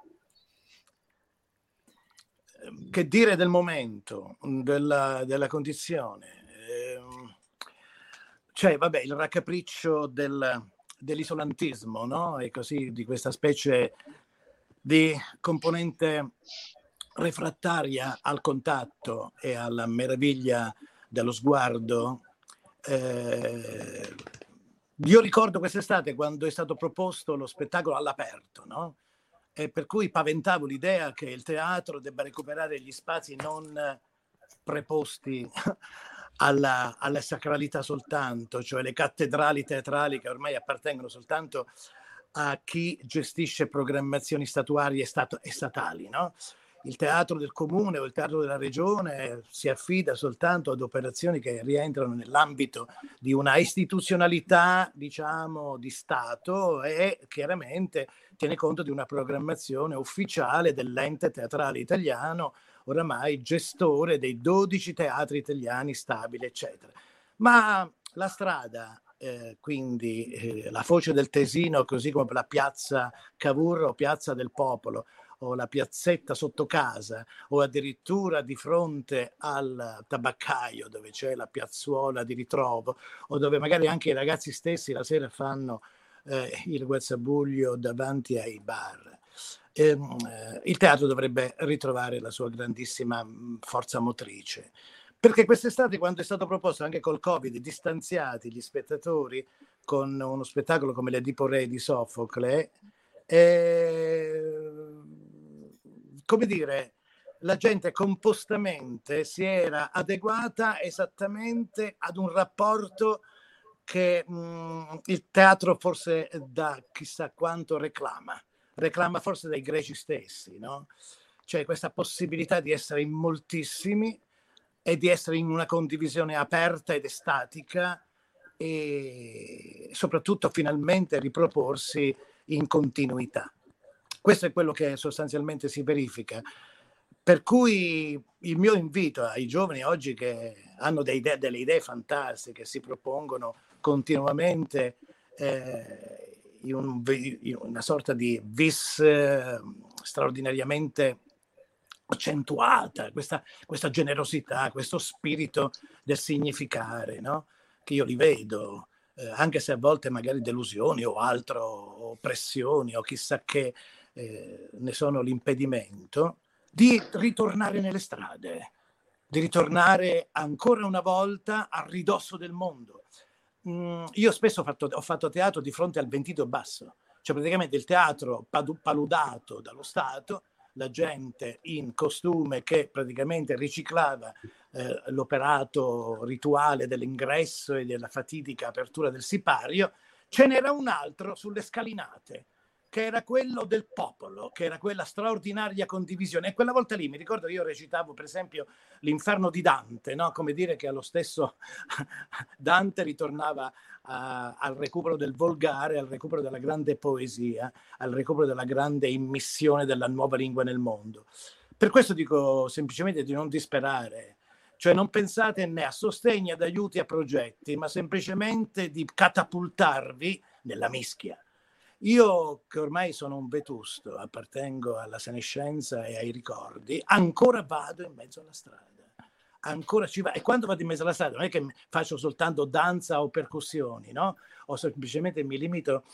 Che dire del momento, della, della condizione? Eh, cioè, vabbè, il raccapriccio del, dell'isolantismo, no? E così, di questa specie di componente refrattaria al contatto e alla meraviglia dello sguardo. Eh, io ricordo quest'estate quando è stato proposto lo spettacolo all'aperto, no? E per cui paventavo l'idea che il teatro debba recuperare gli spazi non preposti alla, alla sacralità soltanto, cioè le cattedrali teatrali che ormai appartengono soltanto a chi gestisce programmazioni statuarie e, stato, e statali, no? Il teatro del comune o il teatro della regione si affida soltanto ad operazioni che rientrano nell'ambito di una istituzionalità, diciamo, di Stato e chiaramente tiene conto di una programmazione ufficiale dell'ente teatrale italiano, oramai gestore dei dodici teatri italiani stabili, eccetera. Ma la strada, eh, quindi eh, la Foce del Tesino, così come la piazza Cavour o piazza del Popolo, o la piazzetta sotto casa, o addirittura di fronte al tabaccaio dove c'è la piazzuola di ritrovo, o dove magari anche i ragazzi stessi la sera fanno eh, il guazzabuglio davanti ai bar. Eh, eh, il teatro dovrebbe ritrovare la sua grandissima forza motrice, perché quest'estate, quando è stato proposto anche col Covid, distanziati gli spettatori con uno spettacolo come l'Edipo Re di Sofocle, eh, come dire, la gente compostamente si era adeguata esattamente ad un rapporto che mh, il teatro forse da chissà quanto reclama, reclama forse dai greci stessi, no? Cioè questa possibilità di essere in moltissimi e di essere in una condivisione aperta ed estatica e soprattutto finalmente riproporsi in continuità. Questo è quello che sostanzialmente si verifica. Per cui il mio invito ai giovani oggi che hanno dei idee, delle idee fantastiche, si propongono continuamente eh, in, un, in una sorta di vis eh, straordinariamente accentuata, questa, questa generosità, questo spirito del significare, no? Che io li vedo, eh, anche se a volte magari delusioni o altro, o pressioni o chissà che eh, ne sono l'impedimento, di ritornare nelle strade, di ritornare ancora una volta a ridosso del mondo. Mm, io spesso ho fatto, ho fatto teatro di fronte al ventito basso, cioè praticamente il teatro padu- paludato dallo Stato, la gente in costume che praticamente riciclava eh, l'operato rituale dell'ingresso e della fatidica apertura del sipario. Ce n'era un altro sulle scalinate, che era quello del popolo, che era quella straordinaria condivisione. E quella volta lì mi ricordo che io recitavo per esempio l'Inferno di Dante, no? Come dire che allo stesso Dante ritornava a, al recupero del volgare, al recupero della grande poesia, al recupero della grande immissione della nuova lingua nel mondo. Per questo dico semplicemente di non disperare, cioè non pensate né a sostegni, ad aiuti, a progetti, ma semplicemente di catapultarvi nella mischia. Io, che ormai sono un vetusto, appartengo alla senescenza e ai ricordi, ancora vado in mezzo alla strada, ancora ci va. E quando vado in mezzo alla strada non è che faccio soltanto danza o percussioni, no? O semplicemente mi limito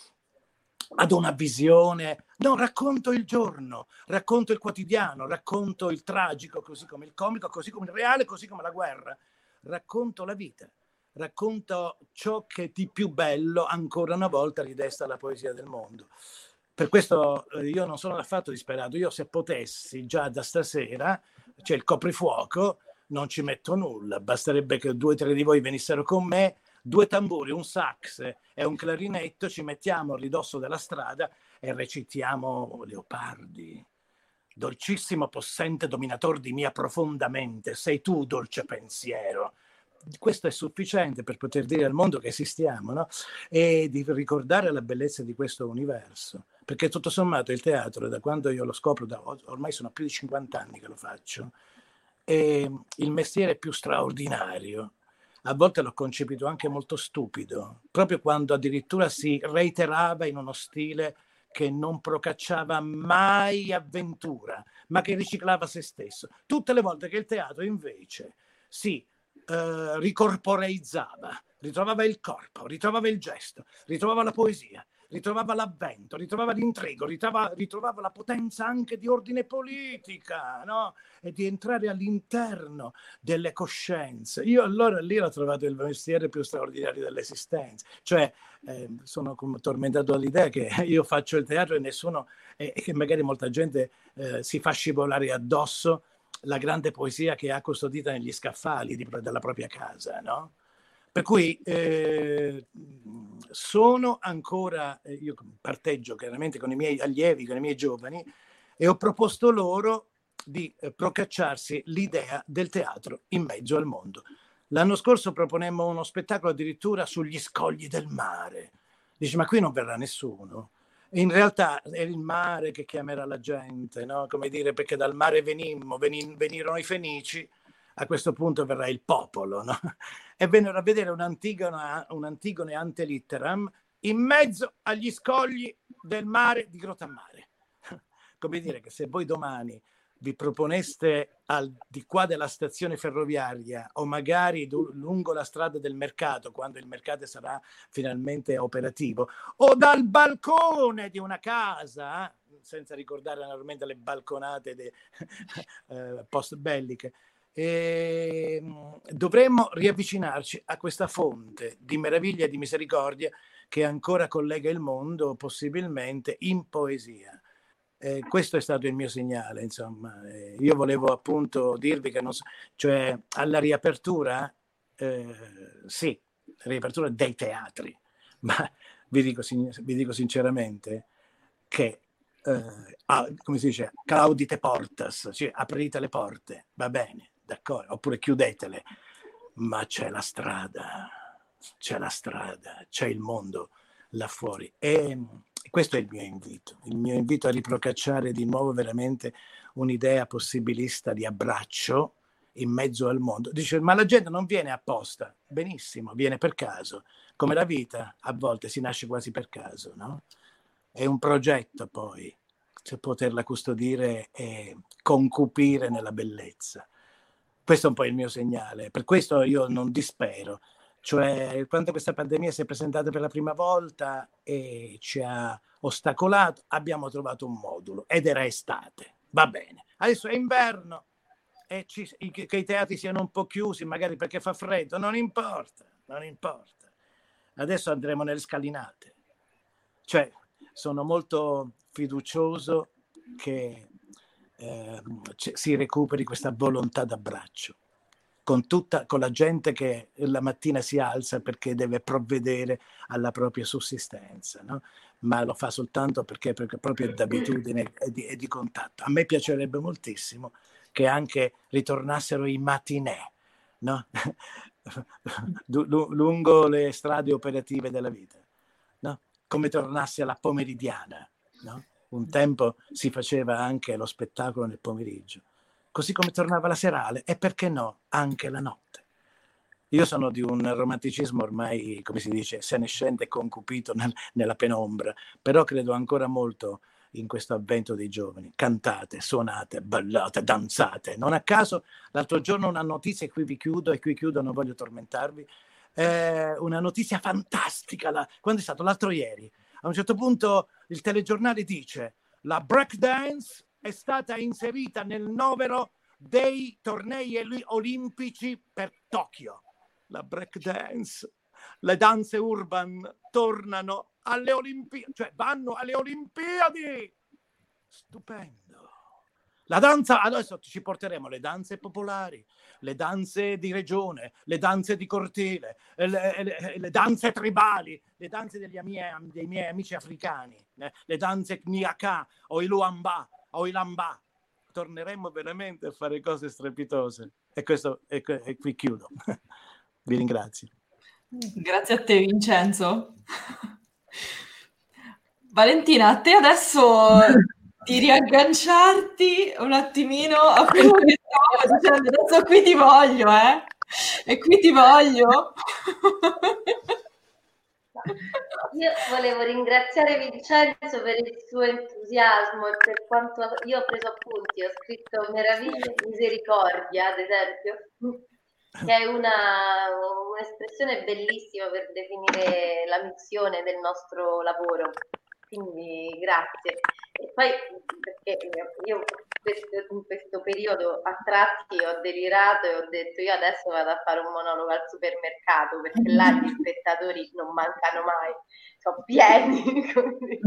ad una visione, no, racconto il giorno, racconto il quotidiano, racconto il tragico, così come il comico, così come il reale, così come la guerra, racconto la vita. Racconto ciò che di più bello ancora una volta ridesta la poesia del mondo. Per questo io non sono affatto disperato. Io se potessi già da stasera, c'è il coprifuoco, non ci metto nulla, basterebbe che due o tre di voi venissero con me, due tamburi, un sax e un clarinetto, ci mettiamo a ridosso della strada e recitiamo Leopardi. Dolcissimo possente dominator di mia profondamente, sei tu dolce pensiero. Questo è sufficiente per poter dire al mondo che esistiamo, no? E di ricordare la bellezza di questo universo, perché tutto sommato il teatro, da quando io lo scopro, da, ormai sono più di cinquanta anni che lo faccio, è il mestiere più straordinario. A volte l'ho concepito anche molto stupido, proprio quando addirittura si reiterava in uno stile che non procacciava mai avventura, ma che riciclava se stesso. Tutte le volte che il teatro invece si Uh, ricorporeizzava, ritrovava il corpo, ritrovava il gesto, ritrovava la poesia, ritrovava l'avvento, ritrovava l'intrigo, ritrovava, ritrovava la potenza anche di ordine politica, no? E di entrare all'interno delle coscienze. Io allora lì ho trovato il mestiere più straordinario dell'esistenza. Cioè eh, sono tormentato dall'idea che io faccio il teatro e nessuno, e eh, che magari molta gente eh, si fa scivolare addosso la grande poesia che ha custodita negli scaffali di, della propria casa, no? Per cui eh, sono ancora, eh, io parteggio chiaramente con i miei allievi, con i miei giovani, e ho proposto loro di eh, procacciarsi l'idea del teatro in mezzo al mondo. L'anno scorso proponemmo uno spettacolo addirittura sugli scogli del mare. Dici, ma qui non verrà nessuno. In realtà è il mare che chiamerà la gente, no? Come dire, perché dal mare venimmo, veni, venirono i Fenici, a questo punto verrà il popolo, no? E vennero a vedere un'Antigone, un'Antigone ante litteram in mezzo agli scogli del mare di Grottammare. Come dire che se voi domani vi proponeste al, di qua della stazione ferroviaria o magari du, lungo la strada del mercato, quando il mercato sarà finalmente operativo, o dal balcone di una casa, senza ricordare naturalmente le balconate de, eh, post belliche, e dovremmo riavvicinarci a questa fonte di meraviglia e di misericordia che ancora collega il mondo possibilmente in poesia. Eh, questo è stato il mio segnale, insomma. Eh, io volevo appunto dirvi che non so, cioè alla riapertura, eh, sì, riapertura dei teatri, ma vi dico, vi dico sinceramente che, eh, ah, come si dice, claudite portas, cioè aprite le porte, va bene, d'accordo, oppure chiudetele, ma c'è la strada, c'è la strada, c'è il mondo là fuori. E questo è il mio invito, il mio invito a riprocacciare di nuovo veramente un'idea possibilista di abbraccio in mezzo al mondo. Dice, ma la gente non viene apposta. Benissimo, viene per caso. Come la vita, a volte si nasce quasi per caso, no? È un progetto poi, se poterla custodire e concupire nella bellezza. Questo è un po' il mio segnale. Per questo io non dispero. Cioè, quando questa pandemia si è presentata per la prima volta e ci ha ostacolato, abbiamo trovato un modulo ed era estate. Va bene. Adesso è inverno e ci, che i teatri siano un po' chiusi, magari perché fa freddo, non importa, non importa. Adesso andremo nelle scalinate. Cioè, sono molto fiducioso che eh, c- si recuperi questa volontà d'abbraccio con tutta con la gente che la mattina si alza perché deve provvedere alla propria sussistenza, no? Ma lo fa soltanto perché, perché proprio è d'abitudine e di, e di contatto. A me piacerebbe moltissimo che anche ritornassero i matinè, no? Lungo le strade operative della vita, no? Come tornasse la pomeridiana, no? Un tempo si faceva anche lo spettacolo nel pomeriggio, così come tornava la serale e perché no anche la notte. Io sono di un romanticismo ormai, come si dice, senescente e concupito nel, nella penombra, però credo ancora molto in questo avvento dei giovani. Cantate, suonate, ballate, danzate. Non a caso l'altro giorno una notizia, e qui vi chiudo, e qui chiudo, non voglio tormentarvi, eh, una notizia fantastica, la, quando è stato? L'altro ieri. A un certo punto il telegiornale dice la breakdance è stata inserita nel novero dei tornei olimpici per Tokyo. La breakdance, le danze urban tornano alle Olimpiadi, cioè vanno alle Olimpiadi. Stupendo. La danza, adesso ci porteremo le danze popolari, le danze di regione, le danze di cortile, le, le, le danze tribali, le danze degli miei, dei miei amici africani, eh, le danze Kniaka o i Luamba o i Lamba. Torneremo veramente a fare cose strepitose. E questo, e, e qui chiudo. Vi ringrazio. Grazie a te, Vincenzo. Valentina, a te adesso di riagganciarti un attimino a quello che stavo dicendo. Adesso qui ti voglio, eh? E qui ti voglio. Io volevo ringraziare Vincenzo per il suo entusiasmo e per quanto io ho preso appunti, ho scritto meraviglia e misericordia, ad esempio, che è una, un'espressione bellissima per definire la missione del nostro lavoro. Quindi grazie. E poi perché io questo, in questo periodo a tratti ho delirato e ho detto io adesso vado a fare un monologo al supermercato perché là gli spettatori non mancano mai, sono pieni. Comunque,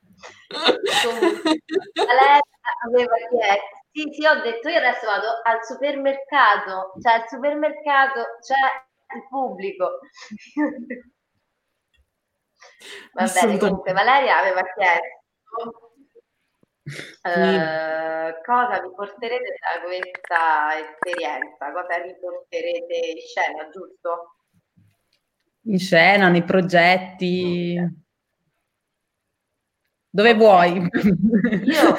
Valeria aveva chiesto, sì sì ho detto io adesso vado al supermercato, cioè al supermercato c'è il pubblico. Va bene, comunque Valeria aveva chiesto uh, cosa vi porterete da questa esperienza, cosa riporterete in scena, giusto? In scena, nei progetti, dove vuoi. Io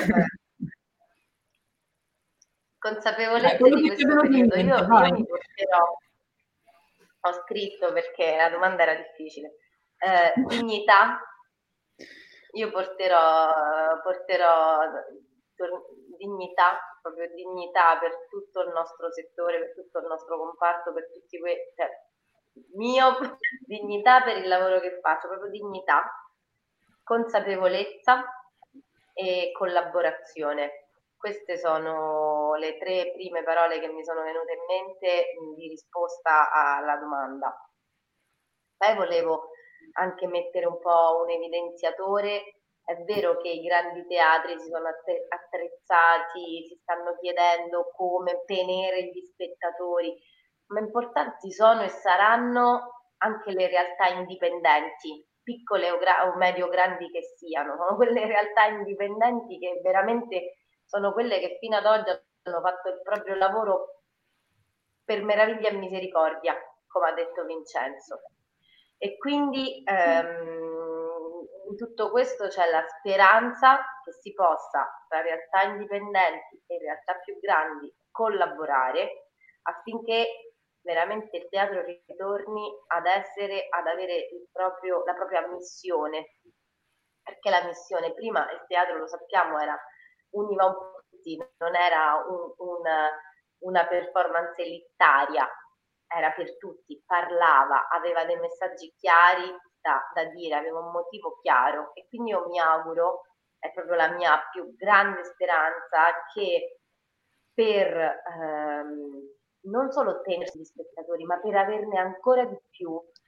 consapevolezza di questo periodo, io, io mi porterò, ho scritto perché la domanda era difficile. Eh, dignità, io porterò, porterò dignità, proprio dignità per tutto il nostro settore, per tutto il nostro comparto, per tutti quei, cioè, mio, dignità per il lavoro che faccio, proprio dignità, consapevolezza e collaborazione. Queste sono le tre prime parole che mi sono venute in mente di risposta alla domanda. Poi volevo anche mettere un po' un evidenziatore. È vero che i grandi teatri si sono attrezzati, si stanno chiedendo come tenere gli spettatori, ma importanti sono e saranno anche le realtà indipendenti, piccole o, gra- o medio-grandi che siano. Sono quelle realtà indipendenti che veramente sono quelle che fino ad oggi hanno fatto il proprio lavoro per meraviglia e misericordia, come ha detto Vincenzo. E quindi ehm, in tutto questo c'è la speranza che si possa, tra realtà indipendenti e realtà più grandi, collaborare affinché veramente il teatro ritorni ad essere, ad avere il proprio, la propria missione. Perché la missione, prima il teatro, lo sappiamo, era univa un po' tutti, non era un, un, una performance elitaria, era per tutti, parlava, aveva dei messaggi chiari da, da dire, aveva un motivo chiaro e quindi io mi auguro, è proprio la mia più grande speranza, che per ehm, non solo tenere gli spettatori, ma per averne ancora di più,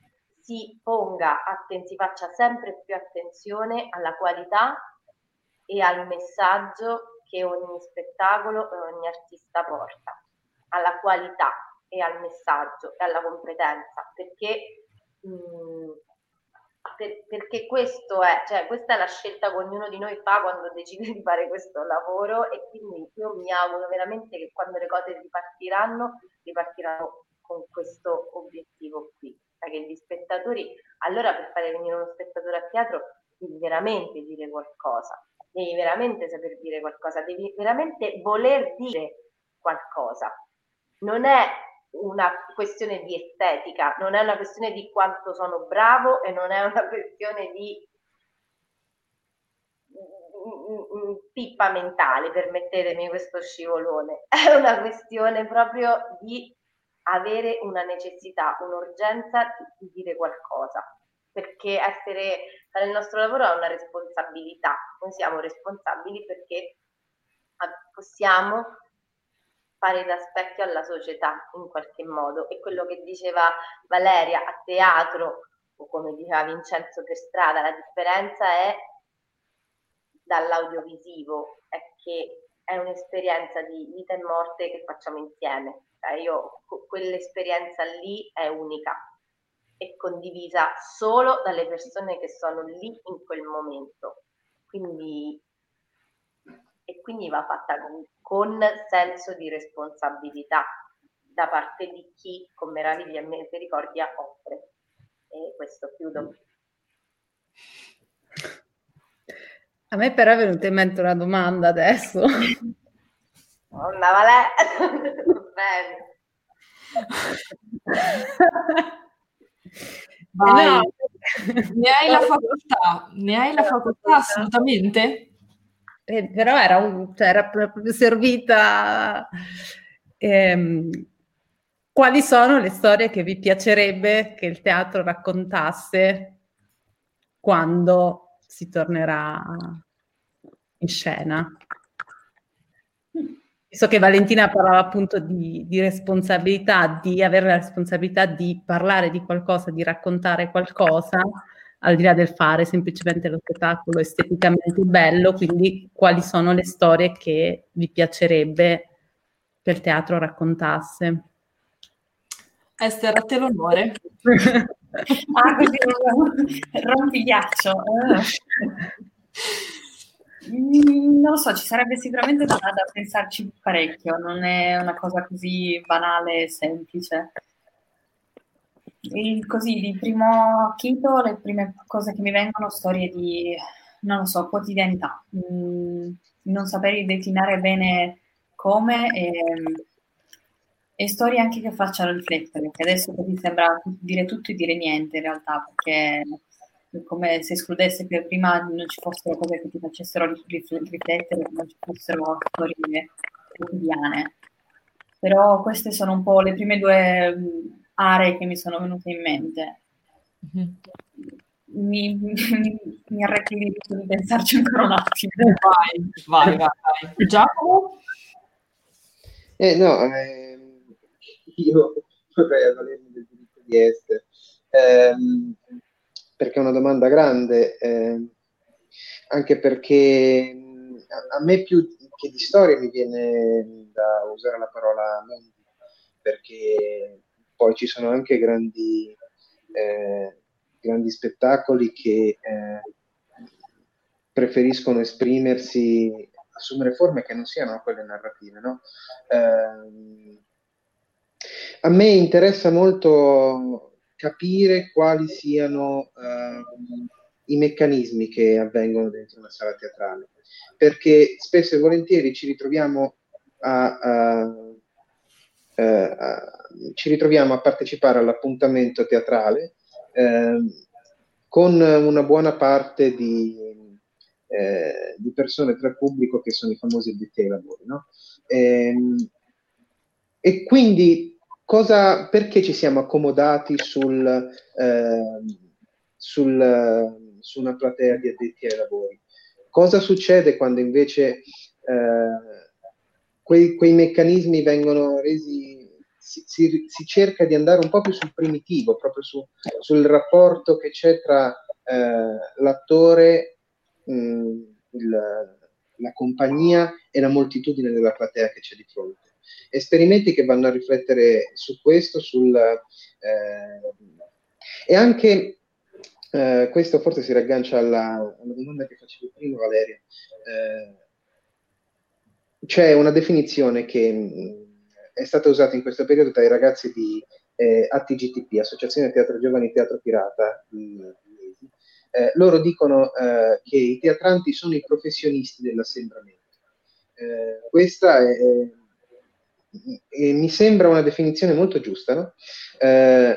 si ponga, atten- si faccia sempre più attenzione alla qualità e al messaggio che ogni spettacolo e ogni artista porta, alla qualità e al messaggio e alla competenza, perché, mh, per- perché questo è, cioè, questa è la scelta che ognuno di noi fa quando decide di fare questo lavoro, e quindi io mi auguro veramente che quando le cose ripartiranno, ripartiranno con questo obiettivo qui, cioè che gli spettatori, allora per fare venire uno spettatore a teatro devi veramente dire qualcosa, devi veramente saper dire qualcosa, devi veramente voler dire qualcosa. Non è una questione di estetica, non è una questione di quanto sono bravo e non è una questione di pippa mentale, permettetemi questo scivolone, è una questione proprio di avere una necessità, un'urgenza di dire qualcosa, perché essere, fare il nostro lavoro è una responsabilità, noi siamo responsabili perché possiamo fare da specchio alla società in qualche modo, e quello che diceva Valeria, a teatro, o come diceva Vincenzo per strada, la differenza è dall'audiovisivo, è che è un'esperienza di vita e morte che facciamo insieme, cioè io, quell'esperienza lì è unica e condivisa solo dalle persone che sono lì in quel momento, quindi e quindi va fatta con, con senso di responsabilità da parte di chi con meraviglia e misericordia offre. E questo chiudo. A me però è venuta in mente una domanda adesso. Oh, ma Valè, bene. Vai. No. Ne hai la facoltà, ne hai la facoltà assolutamente. Eh, però era, un, cioè era proprio servita. Ehm, quali sono le storie che vi piacerebbe che il teatro raccontasse quando si tornerà in scena? Visto che Valentina parlava appunto di, di responsabilità, di avere la responsabilità di parlare di qualcosa, di raccontare qualcosa, al di là del fare semplicemente lo spettacolo esteticamente bello, quindi quali sono le storie che vi piacerebbe che il teatro raccontasse? Esther, a te l'onore. Ah, così rompi ghiaccio. Mm, non lo so, ci sarebbe sicuramente da, da pensarci parecchio, non è una cosa così banale e semplice. Il, così, di primo acchito, le prime cose che mi vengono, storie di, non lo so, quotidianità, mm, non saper declinare bene come, e, e storie anche che facciano riflettere, che adesso così sembra dire tutto e dire niente in realtà, perché come se escludesse che prima non ci fossero cose che ti facessero riflettere, che non ci fossero storie quotidiane. Però queste sono un po' le prime due aree che mi sono venute in mente. Mm-hmm. Mi, mi, mi arrechido di pensarci ancora un attimo. Vai, vai, vai. vai. Giacomo? Eh, no, eh, io vorrei avvalermi del diritto di Esther, ehm, perché è una domanda grande, eh, anche perché a, a me più che di storia mi viene da usare la parola mondi, perché poi ci sono anche grandi, eh, grandi spettacoli che eh, preferiscono esprimersi, assumere forme che non siano quelle narrative, no? Eh, a me interessa molto capire quali siano eh, i meccanismi che avvengono dentro una sala teatrale, perché spesso e volentieri ci ritroviamo a, a, a, a, ci ritroviamo a partecipare all'appuntamento teatrale eh, con una buona parte di, eh, di persone tra il pubblico che sono i famosi addetti ai lavori, no? E, e quindi cosa, perché ci siamo accomodati sul, eh, sul, su una platea di addetti ai lavori? Cosa succede quando invece eh, quei, quei meccanismi vengono resi si, si, si cerca di andare un po' più sul primitivo, proprio su, sul rapporto che c'è tra eh, l'attore, mh, il, la compagnia e la moltitudine della platea che c'è di fronte. Esperimenti che vanno a riflettere su questo, sul, eh, e anche eh, questo forse si raggancia alla, alla domanda che facevi prima, Valeria. Eh, c'è una definizione che mh, è stata usata in questo periodo dai ragazzi di eh, A T G T P, Associazione Teatro Giovani Teatro Pirata, di, di, eh, loro dicono eh, che i teatranti sono i professionisti dell'assembramento. Eh, questa è, è, è, mi sembra una definizione molto giusta, no? Eh,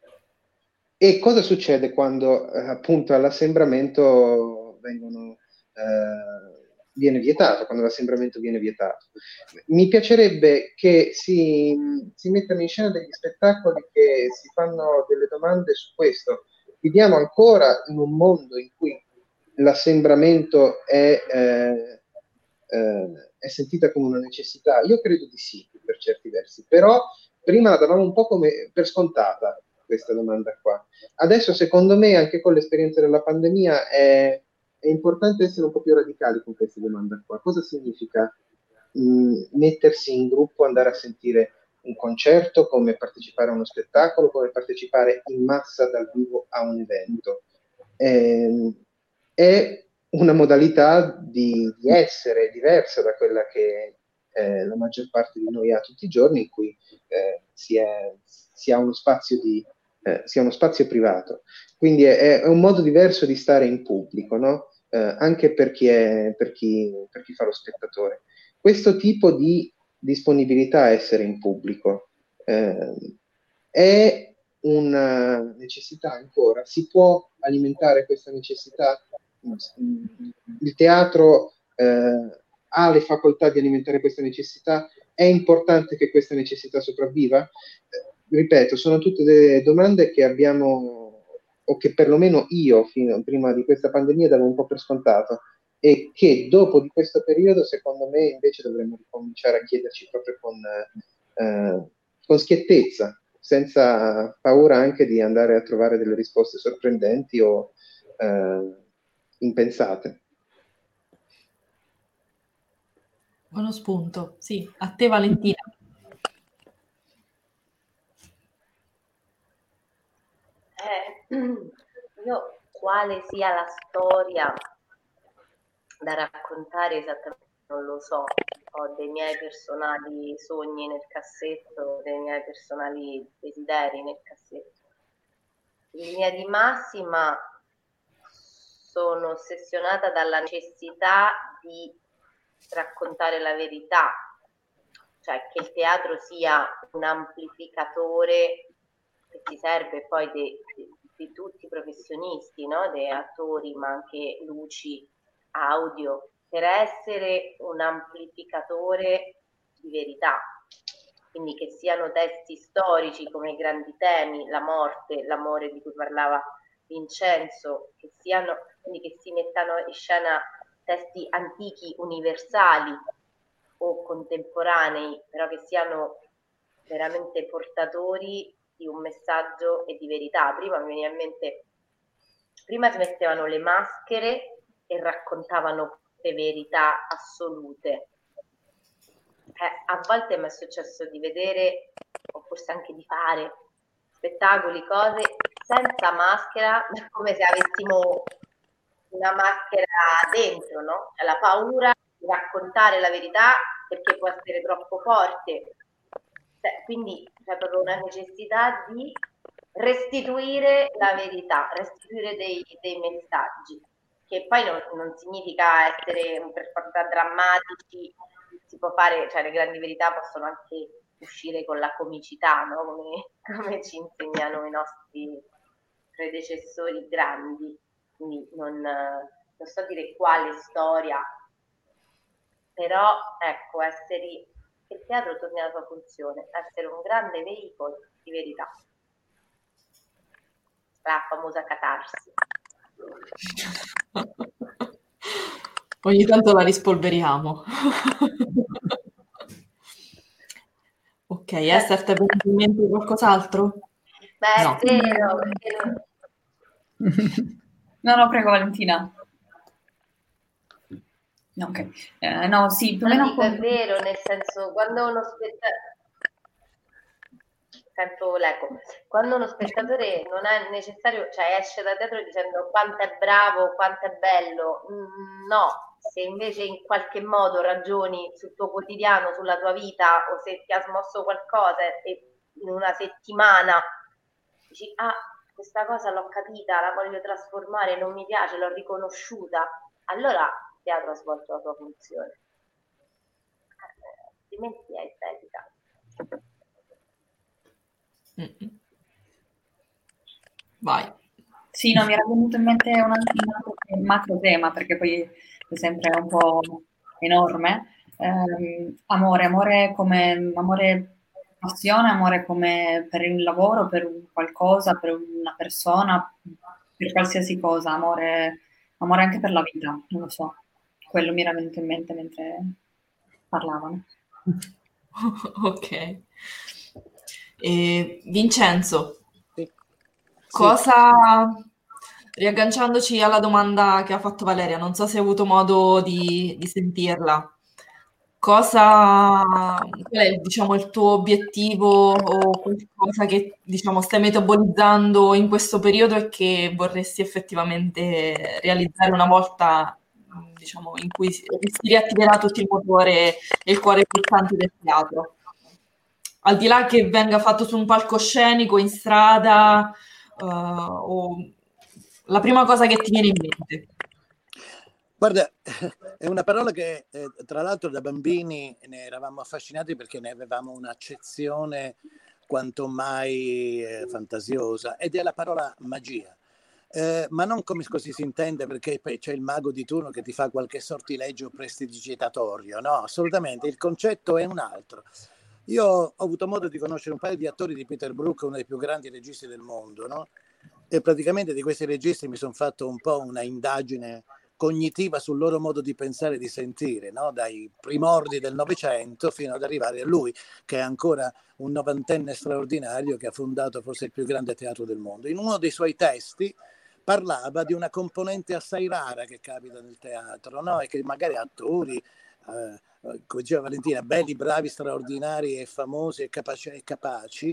e cosa succede quando eh, appunto all'assembramento vengono, eh, viene vietato, quando l'assembramento viene vietato? Mi piacerebbe che si, si mettano in scena degli spettacoli che si fanno delle domande su questo. Viviamo ancora in un mondo in cui l'assembramento è, eh, eh, è sentita come una necessità? Io credo di sì, per certi versi, però prima la davamo un po' come per scontata questa domanda qua. Adesso, secondo me, anche con l'esperienza della pandemia, è, è importante essere un po' più radicali con questa domanda qua. Cosa significa mh, mettersi in gruppo, andare a sentire un concerto, come partecipare a uno spettacolo, come partecipare in massa dal vivo a un evento? Eh, è una modalità di, di essere diversa da quella che eh, la maggior parte di noi ha tutti i giorni, in cui eh, si, è, si ha uno spazio di Eh, sia uno spazio privato, quindi è, è un modo diverso di stare in pubblico, no? Eh, anche per chi, è, per, chi, per chi fa lo spettatore. Questo tipo di disponibilità a essere in pubblico eh, è una necessità ancora, si può alimentare questa necessità? Il teatro eh, ha le facoltà di alimentare questa necessità? È importante che questa necessità sopravviva? Eh, ripeto, sono tutte delle domande che abbiamo, o che perlomeno io, fino prima di questa pandemia, davo un po' per scontato, e che dopo di questo periodo, secondo me, invece dovremmo ricominciare a chiederci proprio con, eh, con schiettezza, senza paura anche di andare a trovare delle risposte sorprendenti o eh, impensate. Buono spunto, sì. A te, Valentina. Eh, io quale sia la storia da raccontare esattamente non lo so, ho dei miei personali sogni nel cassetto, dei miei personali desideri nel cassetto. In linea di massima sono ossessionata dalla necessità di raccontare la verità, cioè che il teatro sia un amplificatore che ci serve poi di, di, di tutti i professionisti, no? Dei attori, ma anche luci, audio, per essere un amplificatore di verità, quindi che siano testi storici come i grandi temi, la morte, l'amore di cui parlava Vincenzo, che siano, quindi che si mettano in scena testi antichi universali o contemporanei, però che siano veramente portatori di un messaggio e di verità. Prima mi veniva in mente, prima si mettevano le maschere e raccontavano le verità assolute. Eh, a volte mi è successo di vedere, o forse anche di fare, spettacoli, cose senza maschera, come se avessimo una maschera dentro, no? La paura di raccontare la verità perché può essere troppo forte. Cioè, quindi c'è proprio una necessità di restituire la verità, restituire dei, dei messaggi, che poi non, non significa essere per forza drammatici, si può fare, cioè le grandi verità possono anche uscire con la comicità, no? Come, come ci insegnano i nostri predecessori grandi. Quindi non, non so dire quale storia, però ecco, essere, che il teatro torni alla sua funzione, essere un grande veicolo di verità. La famosa catarsi. Ogni tanto la rispolveriamo. Ok, Esther, ti è venuto in mente qualcos'altro? Beh, No. è vero, perché non... No, no, prego Valentina. No, ok. Eh, no, sì, più o No, meno dico, è come... vero, nel senso, quando uno spettatore... Sento l'eco. Quando uno spettatore non è necessario, cioè esce da teatro dicendo quanto è bravo, quanto è bello, mm, no. Se invece in qualche modo ragioni sul tuo quotidiano, sulla tua vita, o se ti ha smosso qualcosa e in una settimana dici, ah, questa cosa l'ho capita, la voglio trasformare, non mi piace, l'ho riconosciuta, allora il teatro ha svolto la sua funzione. Eh, altrimenti è estetica. Mm-mm. Vai. Sì, no, mi era venuto in mente un altro un macro tema, perché poi è sempre un po' enorme. Ehm, amore, amore come amore passione, amore come per un lavoro, per un qualcosa, per una persona, per qualsiasi cosa, amore, amore anche per la vita, non lo so. Quello mi era venuto in mente mentre parlavano. Ok. E Vincenzo, Sì. cosa, riagganciandoci alla domanda che ha fatto Valeria, non so se hai avuto modo di, di sentirla, cosa, qual è, diciamo, il tuo obiettivo o qualcosa che, diciamo, stai metabolizzando in questo periodo e che vorresti effettivamente realizzare una volta, diciamo, in cui si, si riattiverà tutto il motore e il cuore pulsante del teatro? Al di là che venga fatto su un palcoscenico, in strada, uh, o la prima cosa che ti viene in mente. Guarda, è una parola che eh, tra l'altro da bambini ne eravamo affascinati perché ne avevamo un'accezione quanto mai eh, fantasiosa, ed è la parola magia. Eh, ma non come così si intende perché c'è il mago di turno che ti fa qualche sortileggio prestidigitatorio, no, assolutamente, il concetto è un altro. Io ho avuto modo di conoscere un paio di attori di Peter Brook, uno dei più grandi registi del mondo, no? E praticamente di questi registi mi sono fatto un po' una indagine cognitiva sul loro modo di pensare e di sentire, no? Dai primordi del Novecento fino ad arrivare a lui, che è ancora un novantenne straordinario che ha fondato forse il più grande teatro del mondo. In uno dei suoi testi parlava di una componente assai rara che capita nel teatro, no? E che magari attori, eh, come diceva Valentina, belli, bravi, straordinari e famosi e capaci, e capaci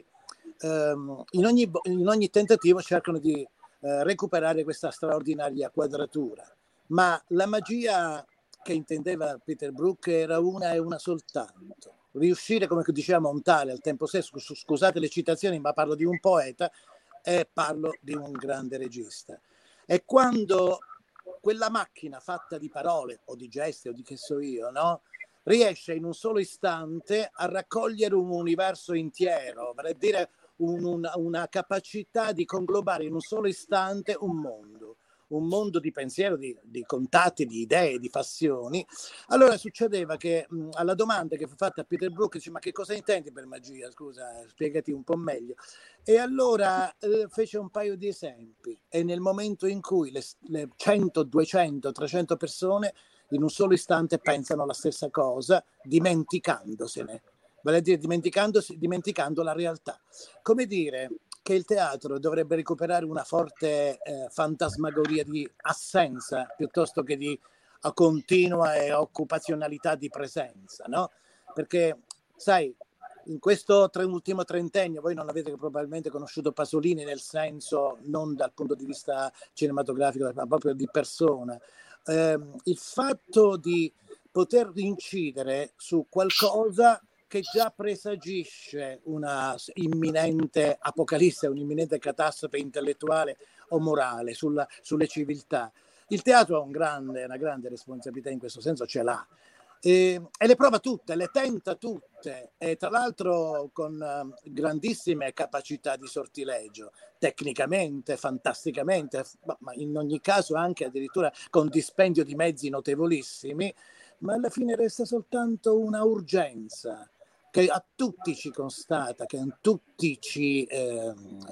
ehm, in, ogni, in ogni tentativo cercano di eh, recuperare questa straordinaria quadratura. Ma la magia che intendeva Peter Brook era una e una soltanto. Riuscire, come diceva Montale al tempo stesso, scusate le citazioni, ma parlo di un poeta e parlo di un grande regista. E quando quella macchina fatta di parole o di gesti o di che so io, no? riesce in un solo istante a raccogliere un universo intero, vale a dire un, una, una capacità di conglobare in un solo istante un mondo. un mondo di pensiero, di, di contatti, di idee, di passioni. Allora succedeva che mh, alla domanda che fu fatta a Peter Brook, dice: ma che cosa intendi per magia? Scusa, spiegati un po' meglio. E allora eh, fece un paio di esempi, e nel momento in cui le, le cento, duecento, trecento persone in un solo istante pensano la stessa cosa, dimenticandosene, vale a dire dimenticandosi, dimenticando la realtà. Come dire che il teatro dovrebbe recuperare una forte eh, fantasmagoria di assenza piuttosto che di uh, continua e occupazionalità di presenza, no? Perché, sai, in questo tre, ultimo trentennio, voi non avete probabilmente conosciuto Pasolini nel senso, non dal punto di vista cinematografico, ma proprio di persona. Eh, il fatto di poter incidere su qualcosa che già presagisce una imminente apocalisse, un'imminente catastrofe intellettuale o morale sulla, sulle civiltà. Il teatro ha un grande, una grande responsabilità in questo senso, ce l'ha. E, e le prova tutte, le tenta tutte, e tra l'altro con uh, grandissime capacità di sortileggio, tecnicamente, fantasticamente, ma in ogni caso anche addirittura con dispendio di mezzi notevolissimi, ma alla fine resta soltanto una urgenza che a tutti ci constata, che a tutti ci eh,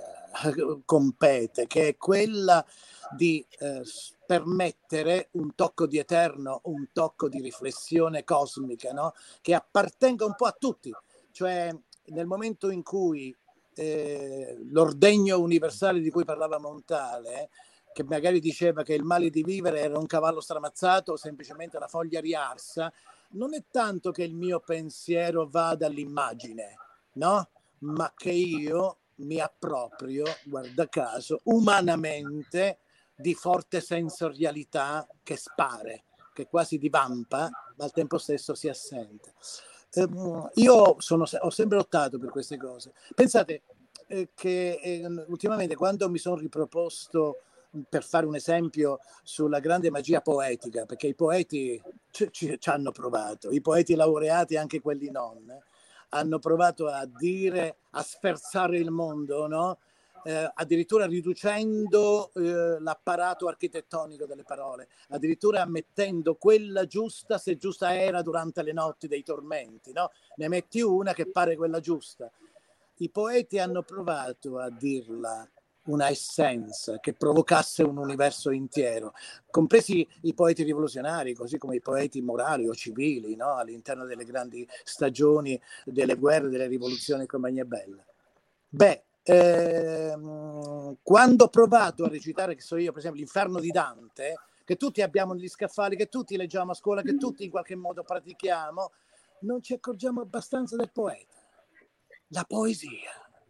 compete, che è quella di eh, permettere un tocco di eterno, un tocco di riflessione cosmica, no? Che appartenga un po' a tutti. Cioè nel momento in cui eh, l'ordegno universale di cui parlava Montale, che magari diceva che il male di vivere era un cavallo stramazzato o semplicemente una foglia riarsa, non è tanto che il mio pensiero vada all'immagine, no? Ma che io mi approprio, guarda caso, umanamente di forte sensorialità che spare, che quasi divampa, ma al tempo stesso si assente. Eh, io sono, ho sempre lottato per queste cose. Pensate eh, che eh, ultimamente, quando mi sono riproposto, per fare un esempio, sulla grande magia poetica, perché i poeti ci, ci, ci hanno provato, i poeti laureati, anche quelli non, eh, hanno provato a dire, a sferzare il mondo, no? Eh, addirittura riducendo eh, l'apparato architettonico delle parole, addirittura mettendo quella giusta, se giusta era, durante le notti dei tormenti, no? Ne metti una che pare quella giusta. I poeti hanno provato a dirla una essenza che provocasse un universo intero, compresi i poeti rivoluzionari, così come i poeti morali o civili, no? All'interno delle grandi stagioni delle guerre, delle rivoluzioni e compagnia bella. Beh, ehm, quando ho provato a recitare, che so io, per esempio, l'Inferno di Dante, che tutti abbiamo negli scaffali, che tutti leggiamo a scuola, che tutti in qualche modo pratichiamo, non ci accorgiamo abbastanza del poeta. La poesia,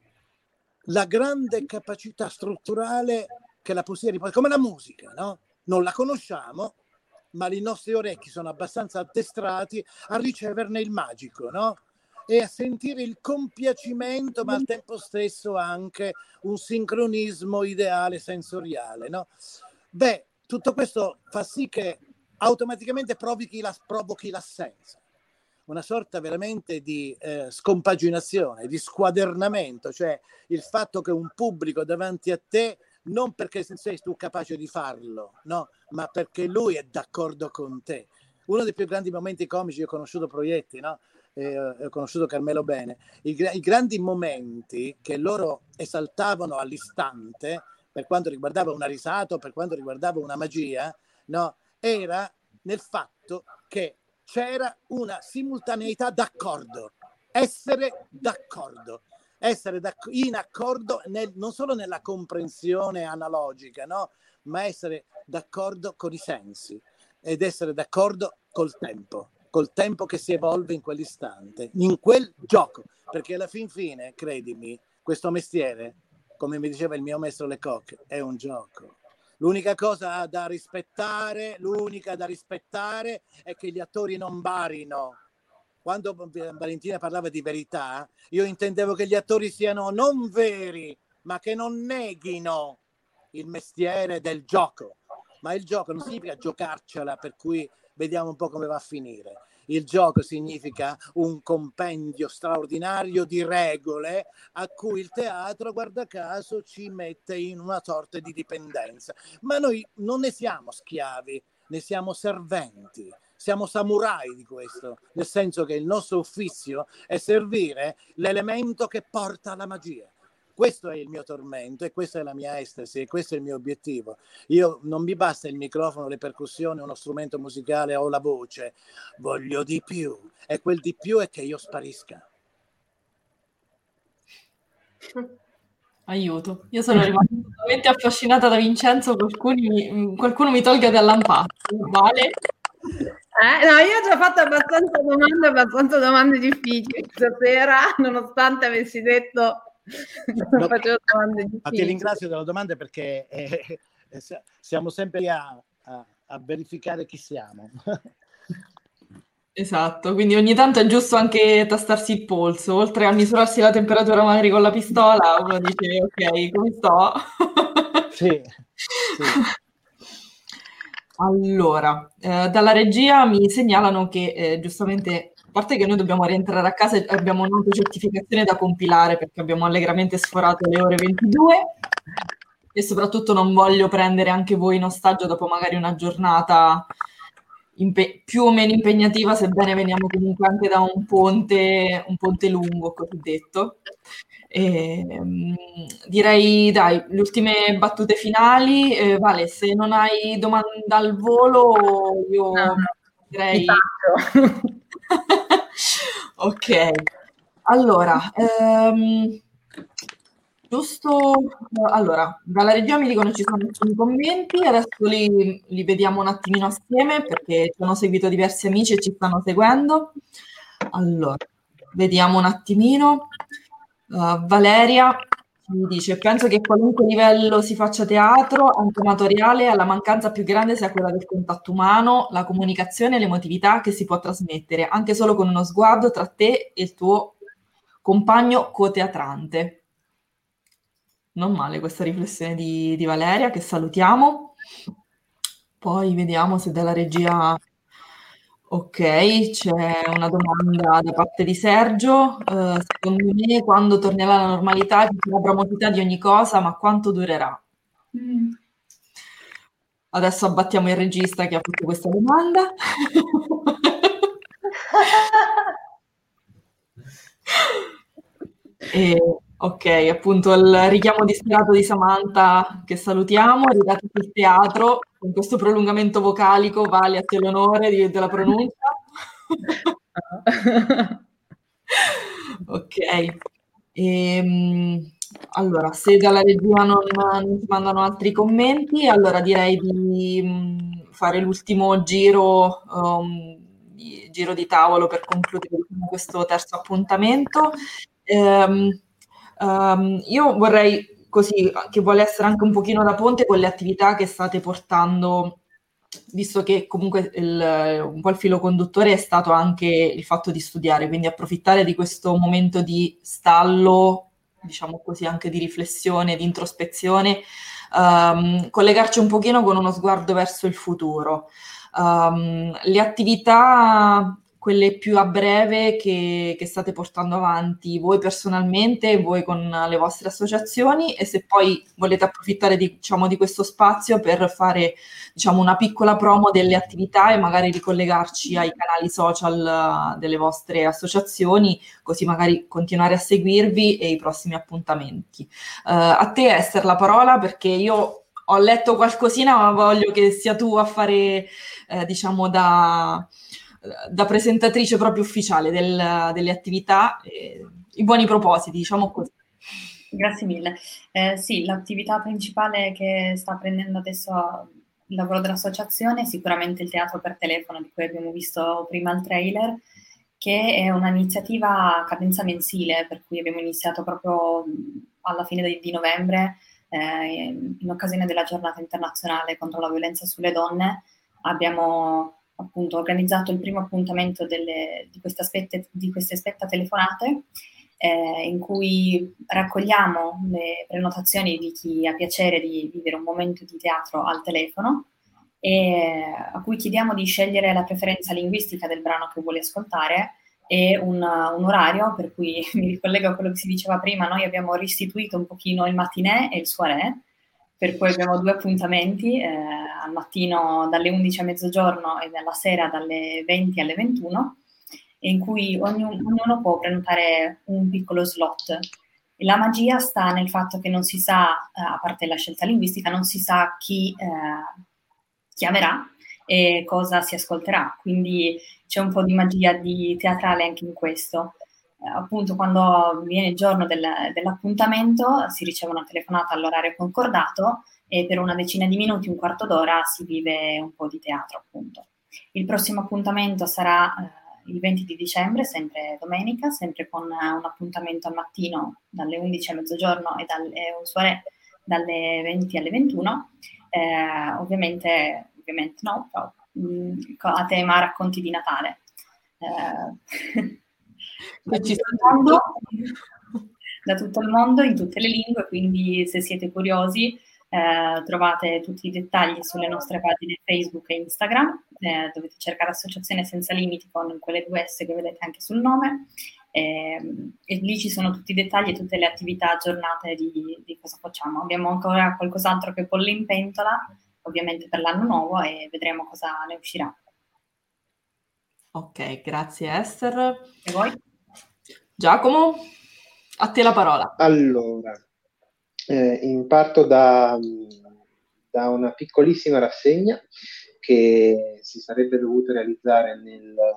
la grande capacità strutturale che la poesia ripete, come la musica, no? Non la conosciamo, ma i nostri orecchi sono abbastanza addestrati a riceverne il magico, no? E a sentire il compiacimento, ma al tempo stesso anche un sincronismo ideale sensoriale, no? Beh, tutto questo fa sì che automaticamente provochi, la, provochi l'assenza, una sorta veramente di eh, scompaginazione, di squadernamento, cioè il fatto che un pubblico davanti a te, non perché sei tu capace di farlo, no, ma perché lui è d'accordo con te. Uno dei più grandi momenti comici, io ho conosciuto Proietti, no? Eh, ho conosciuto Carmelo bene, I, i grandi momenti che loro esaltavano all'istante, per quanto riguardava una risata o per quanto riguardava una magia, no, era nel fatto che c'era una simultaneità d'accordo, essere d'accordo, essere d'ac- in accordo nel, non solo nella comprensione analogica, no? Ma essere d'accordo con i sensi ed essere d'accordo col tempo, col tempo che si evolve in quell'istante, in quel gioco, perché alla fin fine, credimi, questo mestiere, come mi diceva il mio maestro Lecoq, è un gioco. L'unica cosa da rispettare, l'unica da rispettare è che gli attori non barino. Quando Valentina parlava di verità, io intendevo che gli attori siano non veri, ma che non neghino il mestiere del gioco. Ma il gioco non significa giocarcela, per cui vediamo un po' come va a finire. Il gioco significa un compendio straordinario di regole a cui il teatro, guarda caso, ci mette in una sorta di dipendenza. Ma noi non ne siamo schiavi, ne siamo serventi. Siamo samurai di questo, nel senso che il nostro ufficio è servire l'elemento che porta alla magia. Questo è il mio tormento e questa è la mia estasi e questo è il mio obiettivo. Io non mi basta il microfono, le percussioni, uno strumento musicale o la voce, voglio di più, e quel di più è che io sparisca. Aiuto, io sono rimasta totalmente affascinata da Vincenzo, qualcuno mi, qualcuno mi tolga dall'ampastro, vale? Eh, no, io ho già fatto abbastanza domande, abbastanza domande difficili stasera, nonostante avessi detto no, facevo domande difficili. Ma ti ringrazio della domanda perché eh, eh, siamo sempre a, a, a verificare chi siamo. Esatto, quindi ogni tanto è giusto anche tastarsi il polso, oltre a misurarsi la temperatura magari con la pistola, uno dice ok, come sto? Sì, sì. Allora, eh, dalla regia mi segnalano che eh, giustamente, a parte che noi dobbiamo rientrare a casa e abbiamo un'autocertificazione da compilare perché abbiamo allegramente sforato le ore ventidue e soprattutto non voglio prendere anche voi in ostaggio dopo magari una giornata impe- più o meno impegnativa, sebbene veniamo comunque anche da un ponte, un ponte lungo cosiddetto. E, um, direi dai, le ultime battute finali. eh, Vale, se non hai domanda al volo io no, no, direi ok. Allora, ehm, giusto, allora, dalla regia mi dicono ci sono alcuni commenti, adesso li, li vediamo un attimino assieme perché ci hanno seguito diversi amici e ci stanno seguendo. Allora, vediamo un attimino. Uh, Valeria mi dice, penso che a qualunque livello si faccia teatro, anche amatoriale, la mancanza più grande sia quella del contatto umano, la comunicazione e l'emotività che si può trasmettere, anche solo con uno sguardo tra te e il tuo compagno coteatrante. Non male questa riflessione di, di Valeria, che salutiamo. Poi vediamo se dalla regia... Ok, c'è una domanda da parte di Sergio. Eh, secondo me, quando tornerà la normalità, ci sarà bromosità di ogni cosa, ma quanto durerà? Mm. Adesso abbattiamo il regista che ha fatto questa domanda. E, ok, appunto il richiamo disperato di Samantha che salutiamo, arrivato sul teatro con questo prolungamento vocalico, Vale, a te l'onore di- della pronuncia. Ok, Ehm, allora se dalla regia non, non si mandano altri commenti, allora direi di mh, fare l'ultimo giro, um, di, giro di tavolo per concludere diciamo, questo terzo appuntamento. Ehm, ehm, io vorrei così, che vuole essere anche un pochino da ponte con le attività che state portando, visto che comunque il, un po' il filo conduttore è stato anche il fatto di studiare, quindi approfittare di questo momento di stallo, diciamo così, anche di riflessione, di introspezione, ehm, collegarci un pochino con uno sguardo verso il futuro. Um, le attività, quelle più a breve che, che state portando avanti voi personalmente, voi con le vostre associazioni, e se poi volete approfittare di, diciamo, di questo spazio per fare diciamo, una piccola promo delle attività e magari ricollegarci ai canali social delle vostre associazioni, così magari continuare a seguirvi e i prossimi appuntamenti. Uh, a te Esther la parola, perché io ho letto qualcosina ma voglio che sia tu a fare eh, diciamo da, da presentatrice proprio ufficiale del, delle attività, eh, i buoni propositi, diciamo così. Grazie mille. Eh, sì, l'attività principale che sta prendendo adesso il lavoro dell'associazione è sicuramente il teatro per telefono, di cui abbiamo visto prima il trailer, che è un'iniziativa a cadenza mensile, per cui abbiamo iniziato proprio alla fine di, di novembre, eh, in occasione della giornata internazionale contro la violenza sulle donne. Abbiamo appunto organizzato il primo appuntamento delle, di, queste aspette, di queste aspetta telefonate, eh, in cui raccogliamo le prenotazioni di chi ha piacere di vivere un momento di teatro al telefono, e a cui chiediamo di scegliere la preferenza linguistica del brano che vuole ascoltare e un, un orario, per cui mi ricollego a quello che si diceva prima. Noi abbiamo restituito un pochino il matinè e il soirée, per cui abbiamo due appuntamenti, eh, al mattino dalle undici a mezzogiorno e alla sera dalle venti alle ventuno, in cui ognuno, ognuno può prenotare un piccolo slot. E la magia sta nel fatto che non si sa, eh, a parte la scelta linguistica, non si sa chi eh, chiamerà e cosa si ascolterà, quindi c'è un po' di magia di teatrale anche in questo. Eh, appunto quando viene il giorno del, dell'appuntamento si riceve una telefonata all'orario concordato e per una decina di minuti, un quarto d'ora, si vive un po' di teatro appunto. Il prossimo appuntamento sarà eh, il venti di dicembre, sempre domenica, sempre con eh, un appuntamento al mattino dalle undici a mezzogiorno e, dal, e un soirée dalle venti alle ventuno. Eh, ovviamente, ovviamente no, però, mh, a tema racconti di Natale. Eh, da, tutto il mondo, da tutto il mondo, in tutte le lingue, quindi se siete curiosi eh, trovate tutti i dettagli sulle nostre pagine Facebook e Instagram, eh, dovete cercare Associazione Senza Limiti con quelle due S che vedete anche sul nome, eh, e lì ci sono tutti i dettagli e tutte le attività aggiornate di, di cosa facciamo. Abbiamo ancora qualcos'altro che bolle in pentola, ovviamente per l'anno nuovo, e vedremo cosa ne uscirà. Ok, grazie Esther. E voi? Giacomo, a te la parola. Allora, eh, imparto da, da una piccolissima rassegna che si sarebbe dovuta realizzare nel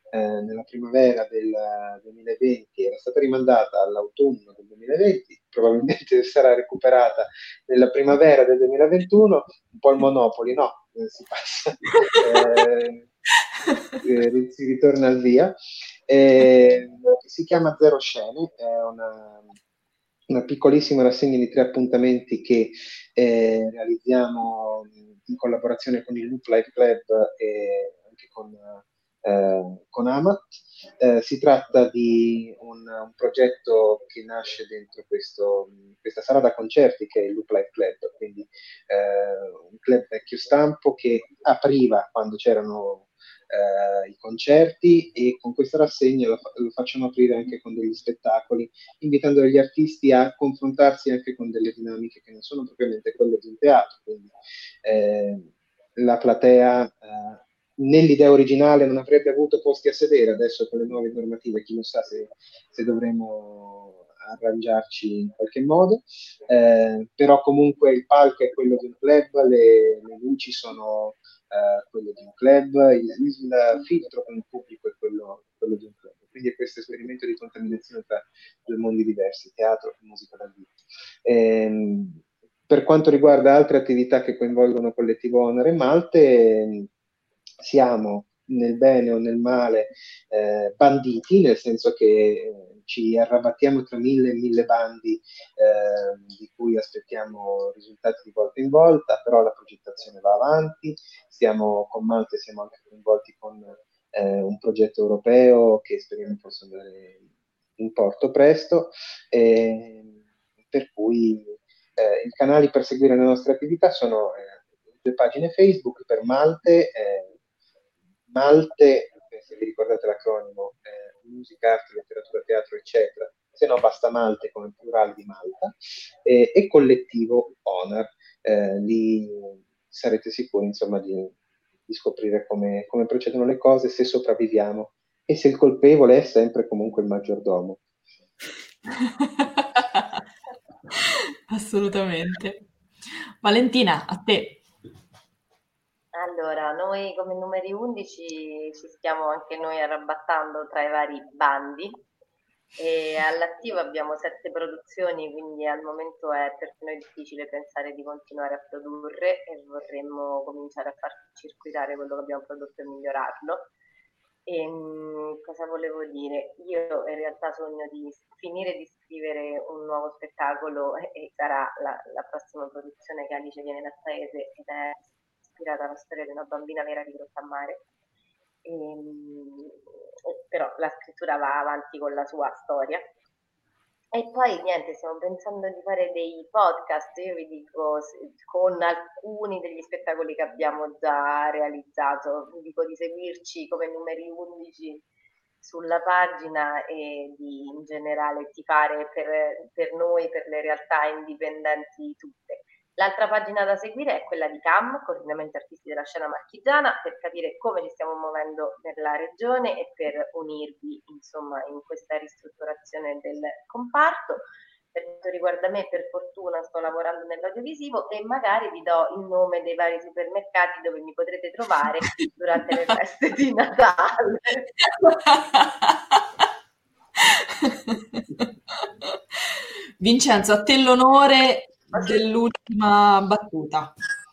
eh, nella primavera del duemilaventi, era stata rimandata all'autunno del duemilaventi, probabilmente sarà recuperata nella primavera del duemilaventuno, un po' il Monopoli, no? Eh, si passa, eh, eh, si ritorna al via. Eh, si chiama Zero Scene, è una, una piccolissima rassegna di tre appuntamenti che eh, realizziamo in collaborazione con il Loop Life Club e anche con, eh, con Amat. Eh, si tratta di un, un progetto che nasce dentro questo, questa sala da concerti che è il Loop Life Club, quindi eh, un club vecchio stampo che apriva quando c'erano Uh, i concerti, e con questa rassegna lo, fa- lo facciamo aprire anche con degli spettacoli, invitando gli artisti a confrontarsi anche con delle dinamiche che non sono propriamente quelle di un teatro. Quindi eh, la platea uh, nell'idea originale non avrebbe avuto posti a sedere, adesso con le nuove normative chi lo sa se, se dovremo arrangiarci in qualche modo, eh, però comunque il palco è quello di un club, le, le luci sono Uh, quello di un club, il, il filtro con il pubblico è quello, quello di un club. Quindi è questo esperimento di contaminazione tra due mondi diversi, teatro e musica dal vivo. Ehm, per quanto riguarda altre attività che coinvolgono Collettivo Honor e Malte, siamo nel bene o nel male eh, banditi, nel senso che eh, ci arrabattiamo tra mille e mille bandi eh, di cui aspettiamo risultati di volta in volta, però la progettazione va avanti. Stiamo con Malte, siamo anche coinvolti con eh, un progetto europeo che speriamo possa andare in porto presto, eh, per cui eh, i canali per seguire le nostre attività sono eh, due pagine Facebook per Malte, eh, Malte, se vi ricordate l'acronimo, eh, musica, arte, letteratura, teatro, eccetera, se no basta Malte come plurale di Malta, eh, e Collettivo Honor, eh, lì sarete sicuri insomma di, di scoprire come, come procedono le cose, se sopravviviamo e se il colpevole è sempre comunque il maggiordomo. Assolutamente. Valentina, a te. Allora, noi come numeri undici ci stiamo anche noi arrabattando tra i vari bandi e all'attivo abbiamo sette produzioni, quindi al momento è per noi difficile pensare di continuare a produrre e vorremmo cominciare a far circuitare quello che abbiamo prodotto e migliorarlo. E, mh, cosa volevo dire? Io in realtà sogno di finire di scrivere un nuovo spettacolo e, e sarà la, la prossima produzione che Alice viene dal paese ed è ispirata alla storia di una bambina vera di Grottammare. E, mh, però la scrittura va avanti con la sua storia. E poi niente, stiamo pensando di fare dei podcast, io vi dico, con alcuni degli spettacoli che abbiamo già realizzato, vi dico di seguirci come numeri undici sulla pagina e di in generale tifare per, per noi, per le realtà indipendenti tutte. L'altra pagina da seguire è quella di C A M, Coordinamento Artisti della Scena Marchigiana, per capire come ci stiamo muovendo nella regione e per unirvi insomma in questa ristrutturazione del comparto. Per quanto riguarda me, per fortuna sto lavorando nell'audiovisivo e magari vi do il nome dei vari supermercati dove mi potrete trovare durante le feste di Natale. Vincenzo, a te l'onore dell'ultima battuta.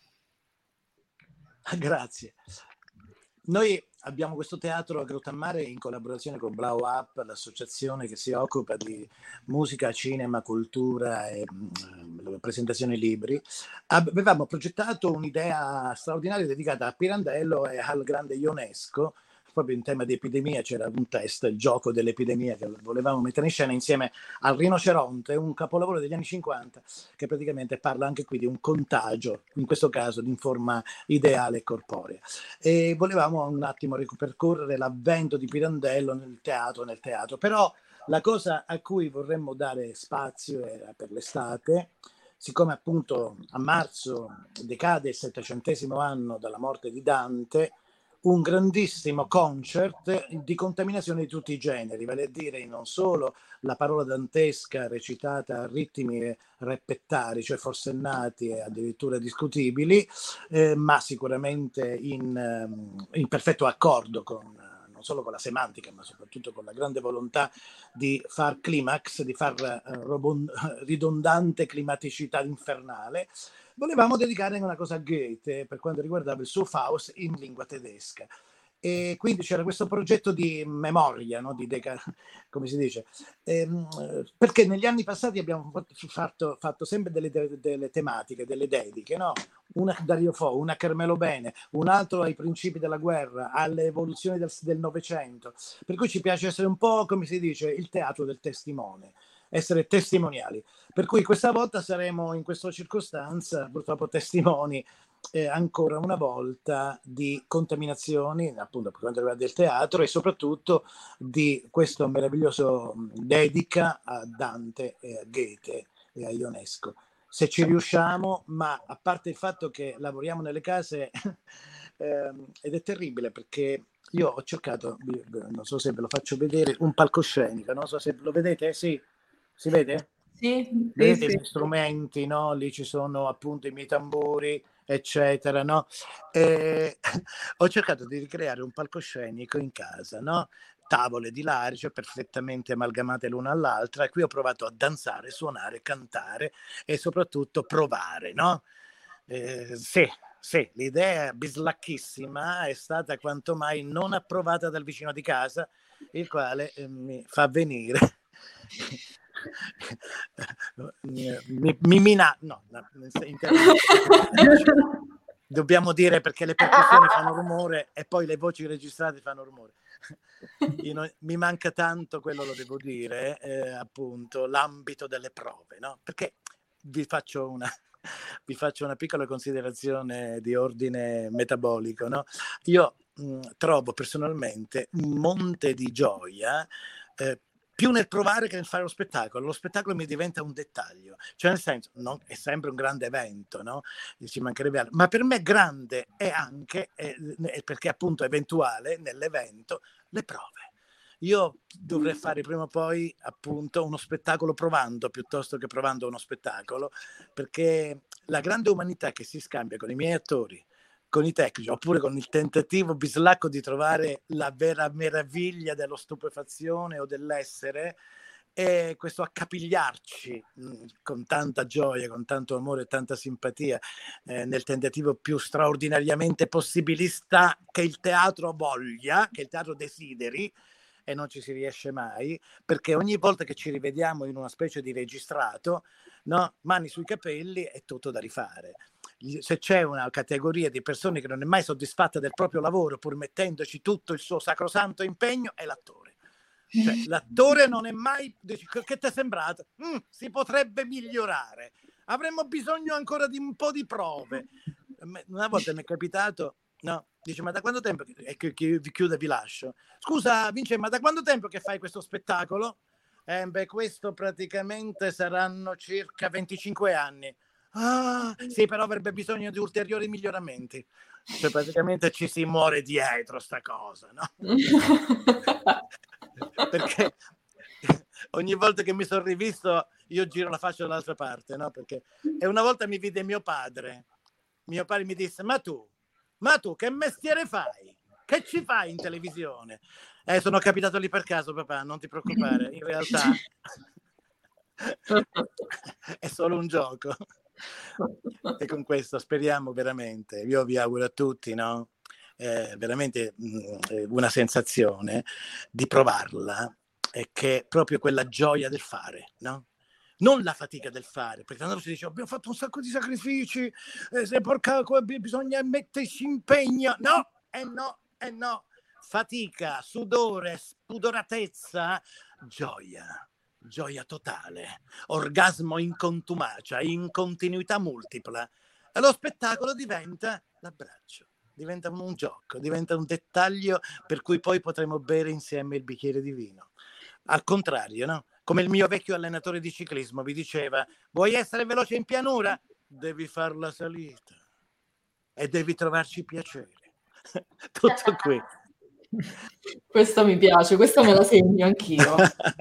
Grazie. Noi abbiamo questo teatro a Grottammare in collaborazione con Blau Up, l'associazione che si occupa di musica, cinema, cultura e mh, presentazione libri. Avevamo progettato un'idea straordinaria dedicata a Pirandello e al grande Ionesco. Proprio in tema di epidemia c'era un test, il gioco dell'epidemia, che volevamo mettere in scena insieme al Rinoceronte, un capolavoro degli anni cinquanta che praticamente parla anche qui di un contagio, in questo caso in forma ideale e corporea. E volevamo un attimo ripercorrere l'avvento di Pirandello nel teatro, nel teatro. Però la cosa a cui vorremmo dare spazio era per l'estate, siccome appunto a marzo decade il settecentesimo anno dalla morte di Dante, un grandissimo concert di contaminazione di tutti i generi, vale a dire non solo la parola dantesca recitata a ritmi reppettari, cioè forsennati e addirittura discutibili, eh, ma sicuramente in, in perfetto accordo con non solo con la semantica, ma soprattutto con la grande volontà di far climax, di far uh, robon- ridondante climaticità infernale, volevamo dedicare una cosa a Goethe per quanto riguardava il suo Faust in lingua tedesca. E quindi c'era questo progetto di memoria, no? Di deca- come si dice, ehm, perché negli anni passati abbiamo fatto, fatto sempre delle, delle tematiche, delle dediche, no? Una a Dario Fo, una a Carmelo Bene, un altro ai principi della guerra, alle evoluzioni del, del Novecento, per cui ci piace essere un po', come si dice, il teatro del testimone, essere testimoniali, per cui questa volta saremo in questa circostanza purtroppo testimoni Eh, ancora una volta di contaminazioni, appunto per quanto riguarda il teatro, e soprattutto di questo meraviglioso dedica a Dante e a Goethe e a Ionesco. Se ci riusciamo, ma a parte il fatto che lavoriamo nelle case ehm, ed è terribile, perché io ho cercato, non so se ve lo faccio vedere, un palcoscenico, non so se lo vedete, sì, si vede? Sì, Vedete sì, gli strumenti, no? Lì ci sono appunto i miei tamburi, eccetera, no? E ho cercato di ricreare un palcoscenico in casa, no? Tavole di larice perfettamente amalgamate l'una all'altra, e qui ho provato a danzare, suonare, cantare e soprattutto provare, no? Eh, sì, sì, l'idea bislacchissima è stata quanto mai non approvata dal vicino di casa, il quale eh, mi fa venire mi, mi mina no, no in dobbiamo dire, perché le percussioni fanno rumore e poi le voci registrate fanno rumore. Io, mi manca tanto, quello lo devo dire, eh, appunto l'ambito delle prove, no? Perché vi faccio una vi faccio una piccola considerazione di ordine metabolico, no? Io mh, trovo personalmente un monte di gioia eh, più nel provare che nel fare lo spettacolo. Lo spettacolo mi diventa un dettaglio, cioè nel senso, non, è sempre un grande evento, no? Ci mancherebbe altro, ma per me grande è anche, eh, perché appunto eventuale nell'evento, le prove. Io dovrei fare prima o poi appunto uno spettacolo provando, piuttosto che provando uno spettacolo, perché la grande umanità che si scambia con i miei attori, con i tecnici, oppure con il tentativo bislacco di trovare la vera meraviglia dello stupefazione o dell'essere, e questo accapigliarci mh, con tanta gioia, con tanto amore e tanta simpatia eh, nel tentativo più straordinariamente possibilista che il teatro voglia, che il teatro desideri, e non ci si riesce mai, perché ogni volta che ci rivediamo in una specie di registrato, no? Mani sui capelli, è tutto da rifare. Se c'è una categoria di persone che non è mai soddisfatta del proprio lavoro, pur mettendoci tutto il suo sacrosanto impegno, è l'attore. Cioè, l'attore non è mai... Che ti è sembrato? Mm, si potrebbe migliorare. Avremmo bisogno ancora di un po' di prove. Una volta mi è capitato... No, dice, ma da quanto tempo che, e che, che vi chiudo e vi lascio? Scusa Vince, ma da quanto tempo che fai questo spettacolo? Eh, beh, questo praticamente saranno circa venticinque anni. Ah, sì, però avrebbe bisogno di ulteriori miglioramenti. Cioè, praticamente ci si muore dietro sta cosa, no? Perché ogni volta che mi sono rivisto io giro la faccia dall'altra parte, no? Perché e una volta mi vide mio padre. Mio padre mi disse, ma tu Ma tu che mestiere fai? Che ci fai in televisione? Eh, sono capitato lì per caso, papà, non ti preoccupare. In realtà è solo un gioco. E con questo speriamo veramente, io vi auguro a tutti, no? Eh, veramente mh, una sensazione di provarla, e che è proprio quella gioia del fare, no? Non la fatica del fare, perché tanto si dice abbiamo fatto un sacco di sacrifici, eh, se porca, bisogna mettersi impegno. No, e eh no, e eh no. Fatica, sudore, spudoratezza, gioia, gioia totale, orgasmo in contumacia, in continuità multipla. E lo spettacolo diventa l'abbraccio, diventa un, un gioco, diventa un dettaglio per cui poi potremo bere insieme il bicchiere di vino. Al contrario, no? Come il mio vecchio allenatore di ciclismo vi diceva, vuoi essere veloce in pianura? Devi far la salita e devi trovarci piacere. Tutto qui. Questa mi piace, questa me la segno anch'io.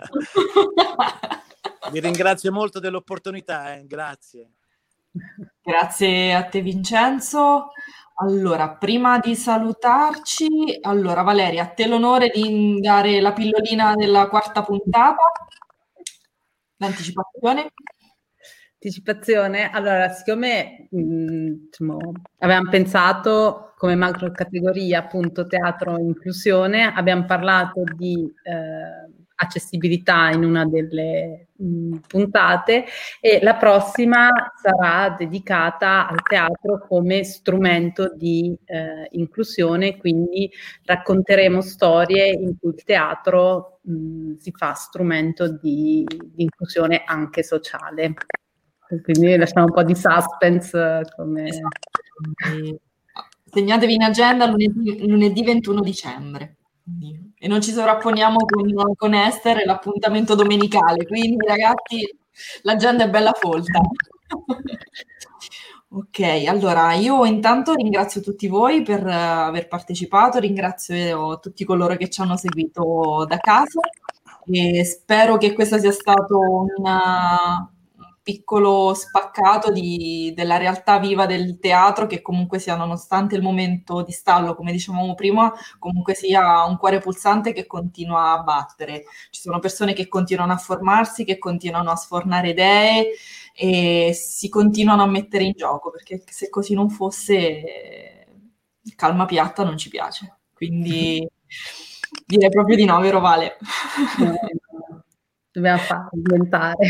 Vi ringrazio molto dell'opportunità, eh? Grazie. Grazie a te Vincenzo. Allora, prima di salutarci, allora Valeria, a te l'onore di dare la pillolina della quarta puntata. L'anticipazione. Anticipazione. Allora, siccome mh, diciamo, avevamo pensato come macro categoria appunto teatro inclusione, abbiamo parlato di eh, accessibilità in una delle mh, puntate e la prossima sarà dedicata al teatro come strumento di eh, inclusione, quindi racconteremo storie in cui il teatro mh, si fa strumento di, di inclusione anche sociale. Quindi lasciamo un po' di suspense come... Esatto. Segnatevi in agenda lunedì, lunedì ventuno dicembre e non ci sovrapponiamo con, con Esther e l'appuntamento domenicale, quindi ragazzi l'agenda è bella folta. Ok, allora io intanto ringrazio tutti voi per uh, aver partecipato, ringrazio tutti coloro che ci hanno seguito da casa e spero che questo sia stato una... piccolo spaccato di, della realtà viva del teatro, che comunque sia, nonostante il momento di stallo, come dicevamo prima, comunque sia un cuore pulsante che continua a battere. Ci sono persone che continuano a formarsi, che continuano a sfornare idee e si continuano a mettere in gioco, perché se così non fosse, calma piatta non ci piace. Quindi direi proprio di no, vero Vale? Dobbiamo farlo diventare.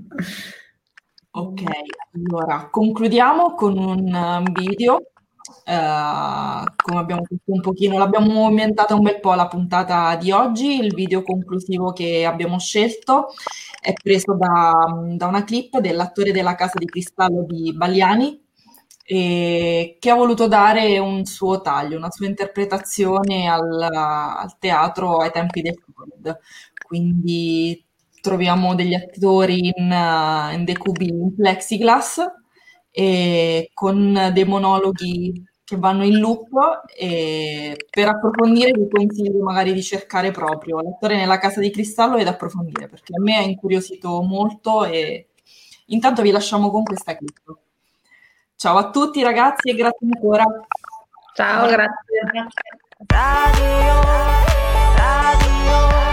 Ok, allora concludiamo con un video, uh, come abbiamo detto un pochino, l'abbiamo movimentata un bel po' la puntata di oggi, il video conclusivo che abbiamo scelto è preso da, da una clip dell'attore della Casa di Cristallo di Baliani, e che ha voluto dare un suo taglio, una sua interpretazione al, al teatro ai tempi del Covid, quindi troviamo degli attori in, uh, in decubi in plexiglass e con dei monologhi che vanno in loop, e per approfondire vi consiglio magari di cercare proprio l'attore nella Casa di Cristallo ed approfondire, perché a me ha incuriosito molto e intanto vi lasciamo con questa clip. Ciao a tutti ragazzi e grazie ancora. Ciao, grazie. Radio, radio.